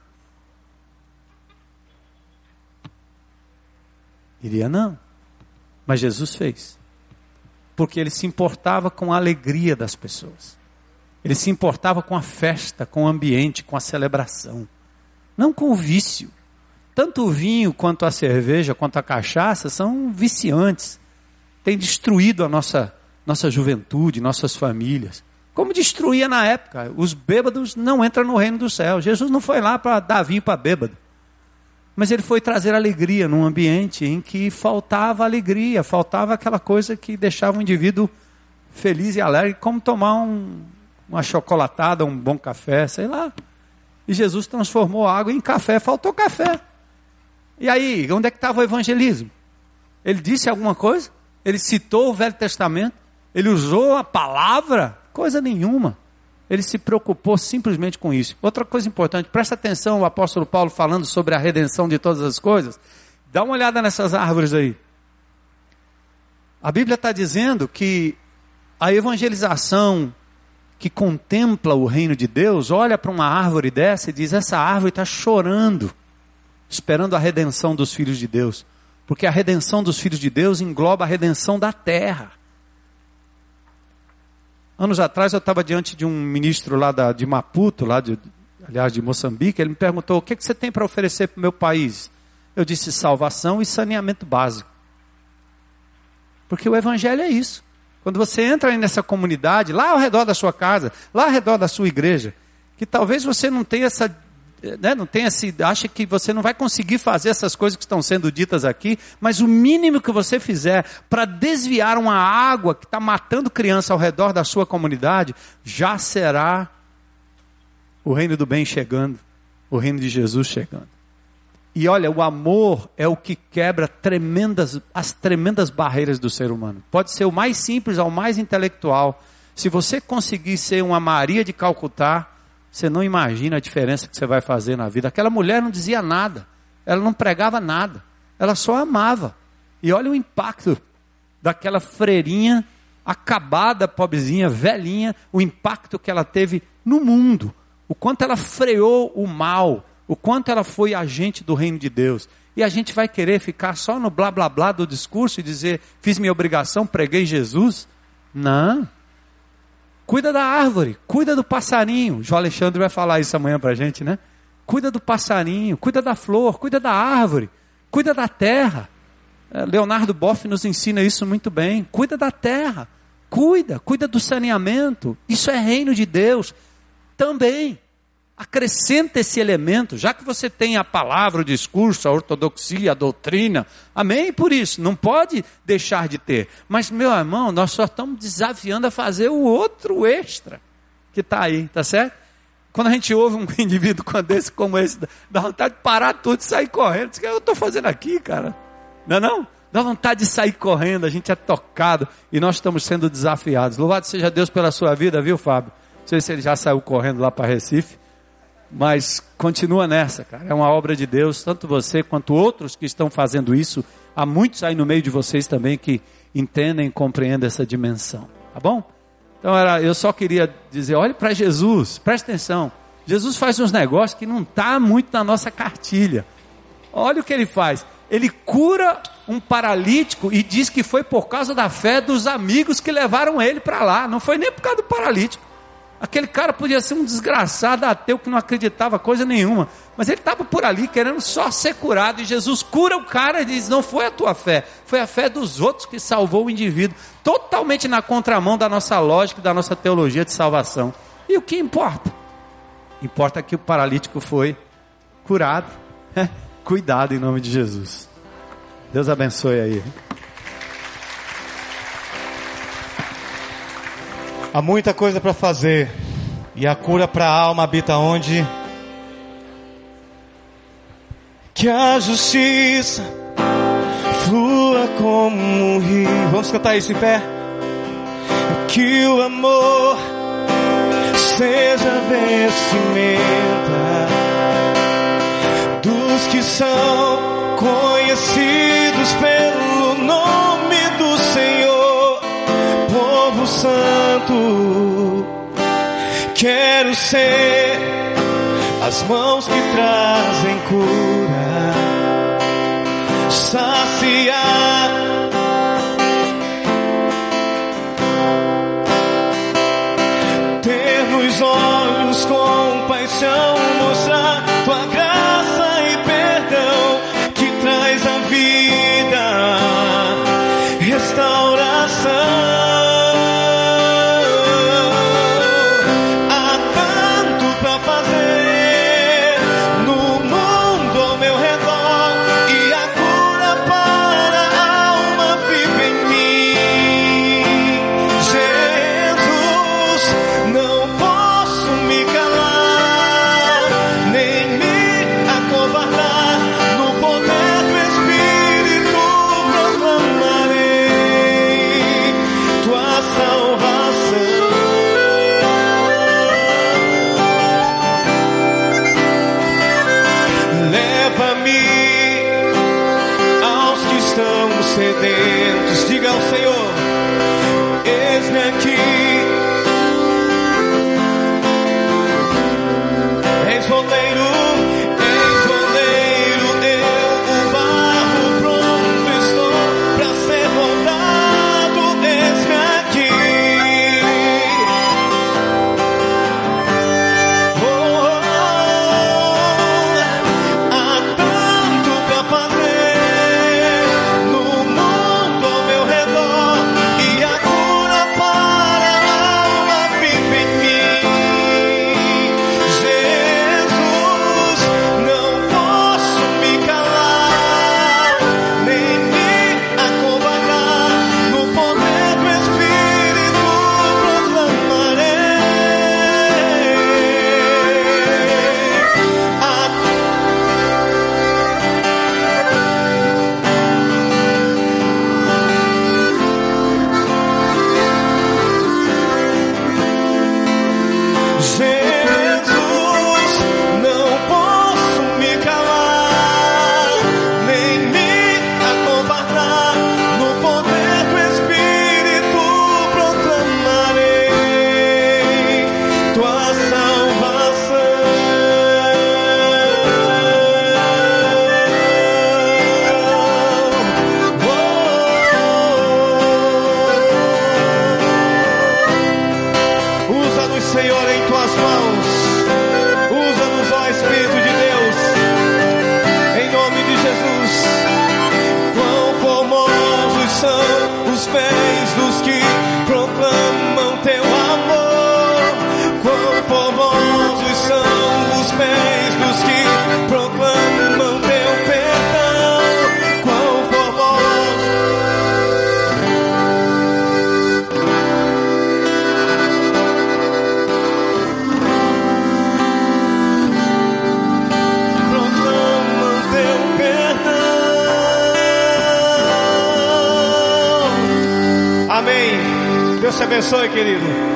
Iria não. Mas Jesus fez. Porque ele se importava com a alegria das pessoas. Ele se importava com a festa, com o ambiente, com a celebração. Não com o vício. Tanto o vinho quanto a cerveja, quanto a cachaça são viciantes. Tem destruído a nossa juventude, nossas famílias. Como destruía na época. Os bêbados não entram no reino do céu. Jesus não foi lá para dar vinho para bêbado. Mas ele foi trazer alegria num ambiente em que faltava alegria, faltava aquela coisa que deixava o indivíduo feliz e alegre, como tomar uma chocolatada, um bom café, sei lá. E Jesus transformou a água em café, faltou café. E aí, onde é que estava o evangelismo? Ele disse alguma coisa? Ele citou o Velho Testamento? Ele usou a palavra? Coisa nenhuma. Ele se preocupou simplesmente com isso. Outra coisa importante, presta atenção, o apóstolo Paulo falando sobre a redenção de todas as coisas. Dá uma olhada nessas árvores aí. A Bíblia está dizendo que a evangelização que contempla o reino de Deus, olha para uma árvore dessa e diz, essa árvore está chorando, esperando a redenção dos filhos de Deus. Porque a redenção dos filhos de Deus engloba a redenção da terra. Anos atrás eu estava diante de um ministro lá de Maputo, aliás de Moçambique. Ele me perguntou, o que você tem para oferecer para o meu país? Eu disse, salvação e saneamento básico. Porque o evangelho é isso. Quando você entra aí nessa comunidade, lá ao redor da sua casa, lá ao redor da sua igreja, que talvez você não tenha acha que você não vai conseguir fazer essas coisas que estão sendo ditas aqui, mas o mínimo que você fizer para desviar uma água que está matando criança ao redor da sua comunidade, já será o reino do bem chegando, o reino de Jesus chegando. E olha, o amor é o que quebra as tremendas barreiras do ser humano. Pode ser o mais simples ao mais intelectual. Se você conseguir ser uma Maria de Calcutá, você não imagina a diferença que você vai fazer na vida. Aquela mulher não dizia nada. Ela não pregava nada. Ela só amava. E olha o impacto daquela freirinha acabada, pobrezinha, velhinha. O impacto que ela teve no mundo. O quanto ela freou o mal. O quanto ela foi agente do reino de Deus. E a gente vai querer ficar só no blá blá blá do discurso e dizer, fiz minha obrigação, preguei Jesus? Não. Cuida da árvore, cuida do passarinho. João Alexandre vai falar isso amanhã para a gente, né? Cuida do passarinho, cuida da flor, cuida da árvore, cuida da terra. Leonardo Boff nos ensina isso muito bem. Cuida da terra, cuida do saneamento. Isso é reino de Deus também. Acrescenta esse elemento, já que você tem a palavra, o discurso, a ortodoxia, a doutrina, amém por isso, não pode deixar de ter. Mas meu irmão, nós só estamos desafiando a fazer o outro extra que está aí, tá certo? Quando a gente ouve um indivíduo como esse, dá vontade de parar tudo e sair correndo. Diz, o que eu estou fazendo aqui, cara? Não? Dá vontade de sair correndo, a gente é tocado e nós estamos sendo desafiados. Louvado seja Deus pela sua vida, viu, Fábio? Não sei se ele já saiu correndo lá para Recife. Mas continua nessa, cara. É uma obra de Deus, tanto você quanto outros que estão fazendo isso. Há muitos aí no meio de vocês também que entendem e compreendem essa dimensão. Tá bom? Então eu só queria dizer, olhe para Jesus, presta atenção. Jesus faz uns negócios que não está muito na nossa cartilha. Olha o que ele faz. Ele cura um paralítico e diz que foi por causa da fé dos amigos que levaram ele para lá. Não foi nem por causa do paralítico. Aquele cara podia ser um desgraçado ateu que não acreditava coisa nenhuma. Mas ele estava por ali querendo só ser curado. E Jesus cura o cara e diz, não foi a tua fé. Foi a fé dos outros que salvou o indivíduo. Totalmente na contramão da nossa lógica e da nossa teologia de salvação. E o que importa? Importa que o paralítico foi curado. Cuidado em nome de Jesus. Deus abençoe aí. Há muita coisa para fazer. E a cura para a alma habita onde? Que a justiça flua como um rio. Vamos cantar isso em pé? Que o amor seja vestimenta dos que são conhecidos pelo nome do Senhor. Povo santo, quero ser as mãos que trazem cura, saciar, ter nos olhos compaixão, mostrar tua graça e perdão que traz a vida, restauração. Sedentos, diga ao Senhor: eis-me aqui. És oleiro, eu o barro pronto estou pra ser moldado. Eis-me aqui. Há tanto pra fazer. Senhor, em tuas mãos, usa-nos, ó Espírito de Deus, em nome de Jesus. Quão formosos são os pés dos que proclamam teu amor. Quão formosos são os pés dos que proclamam teu perdão. Quão Amém. Deus te abençoe, querido.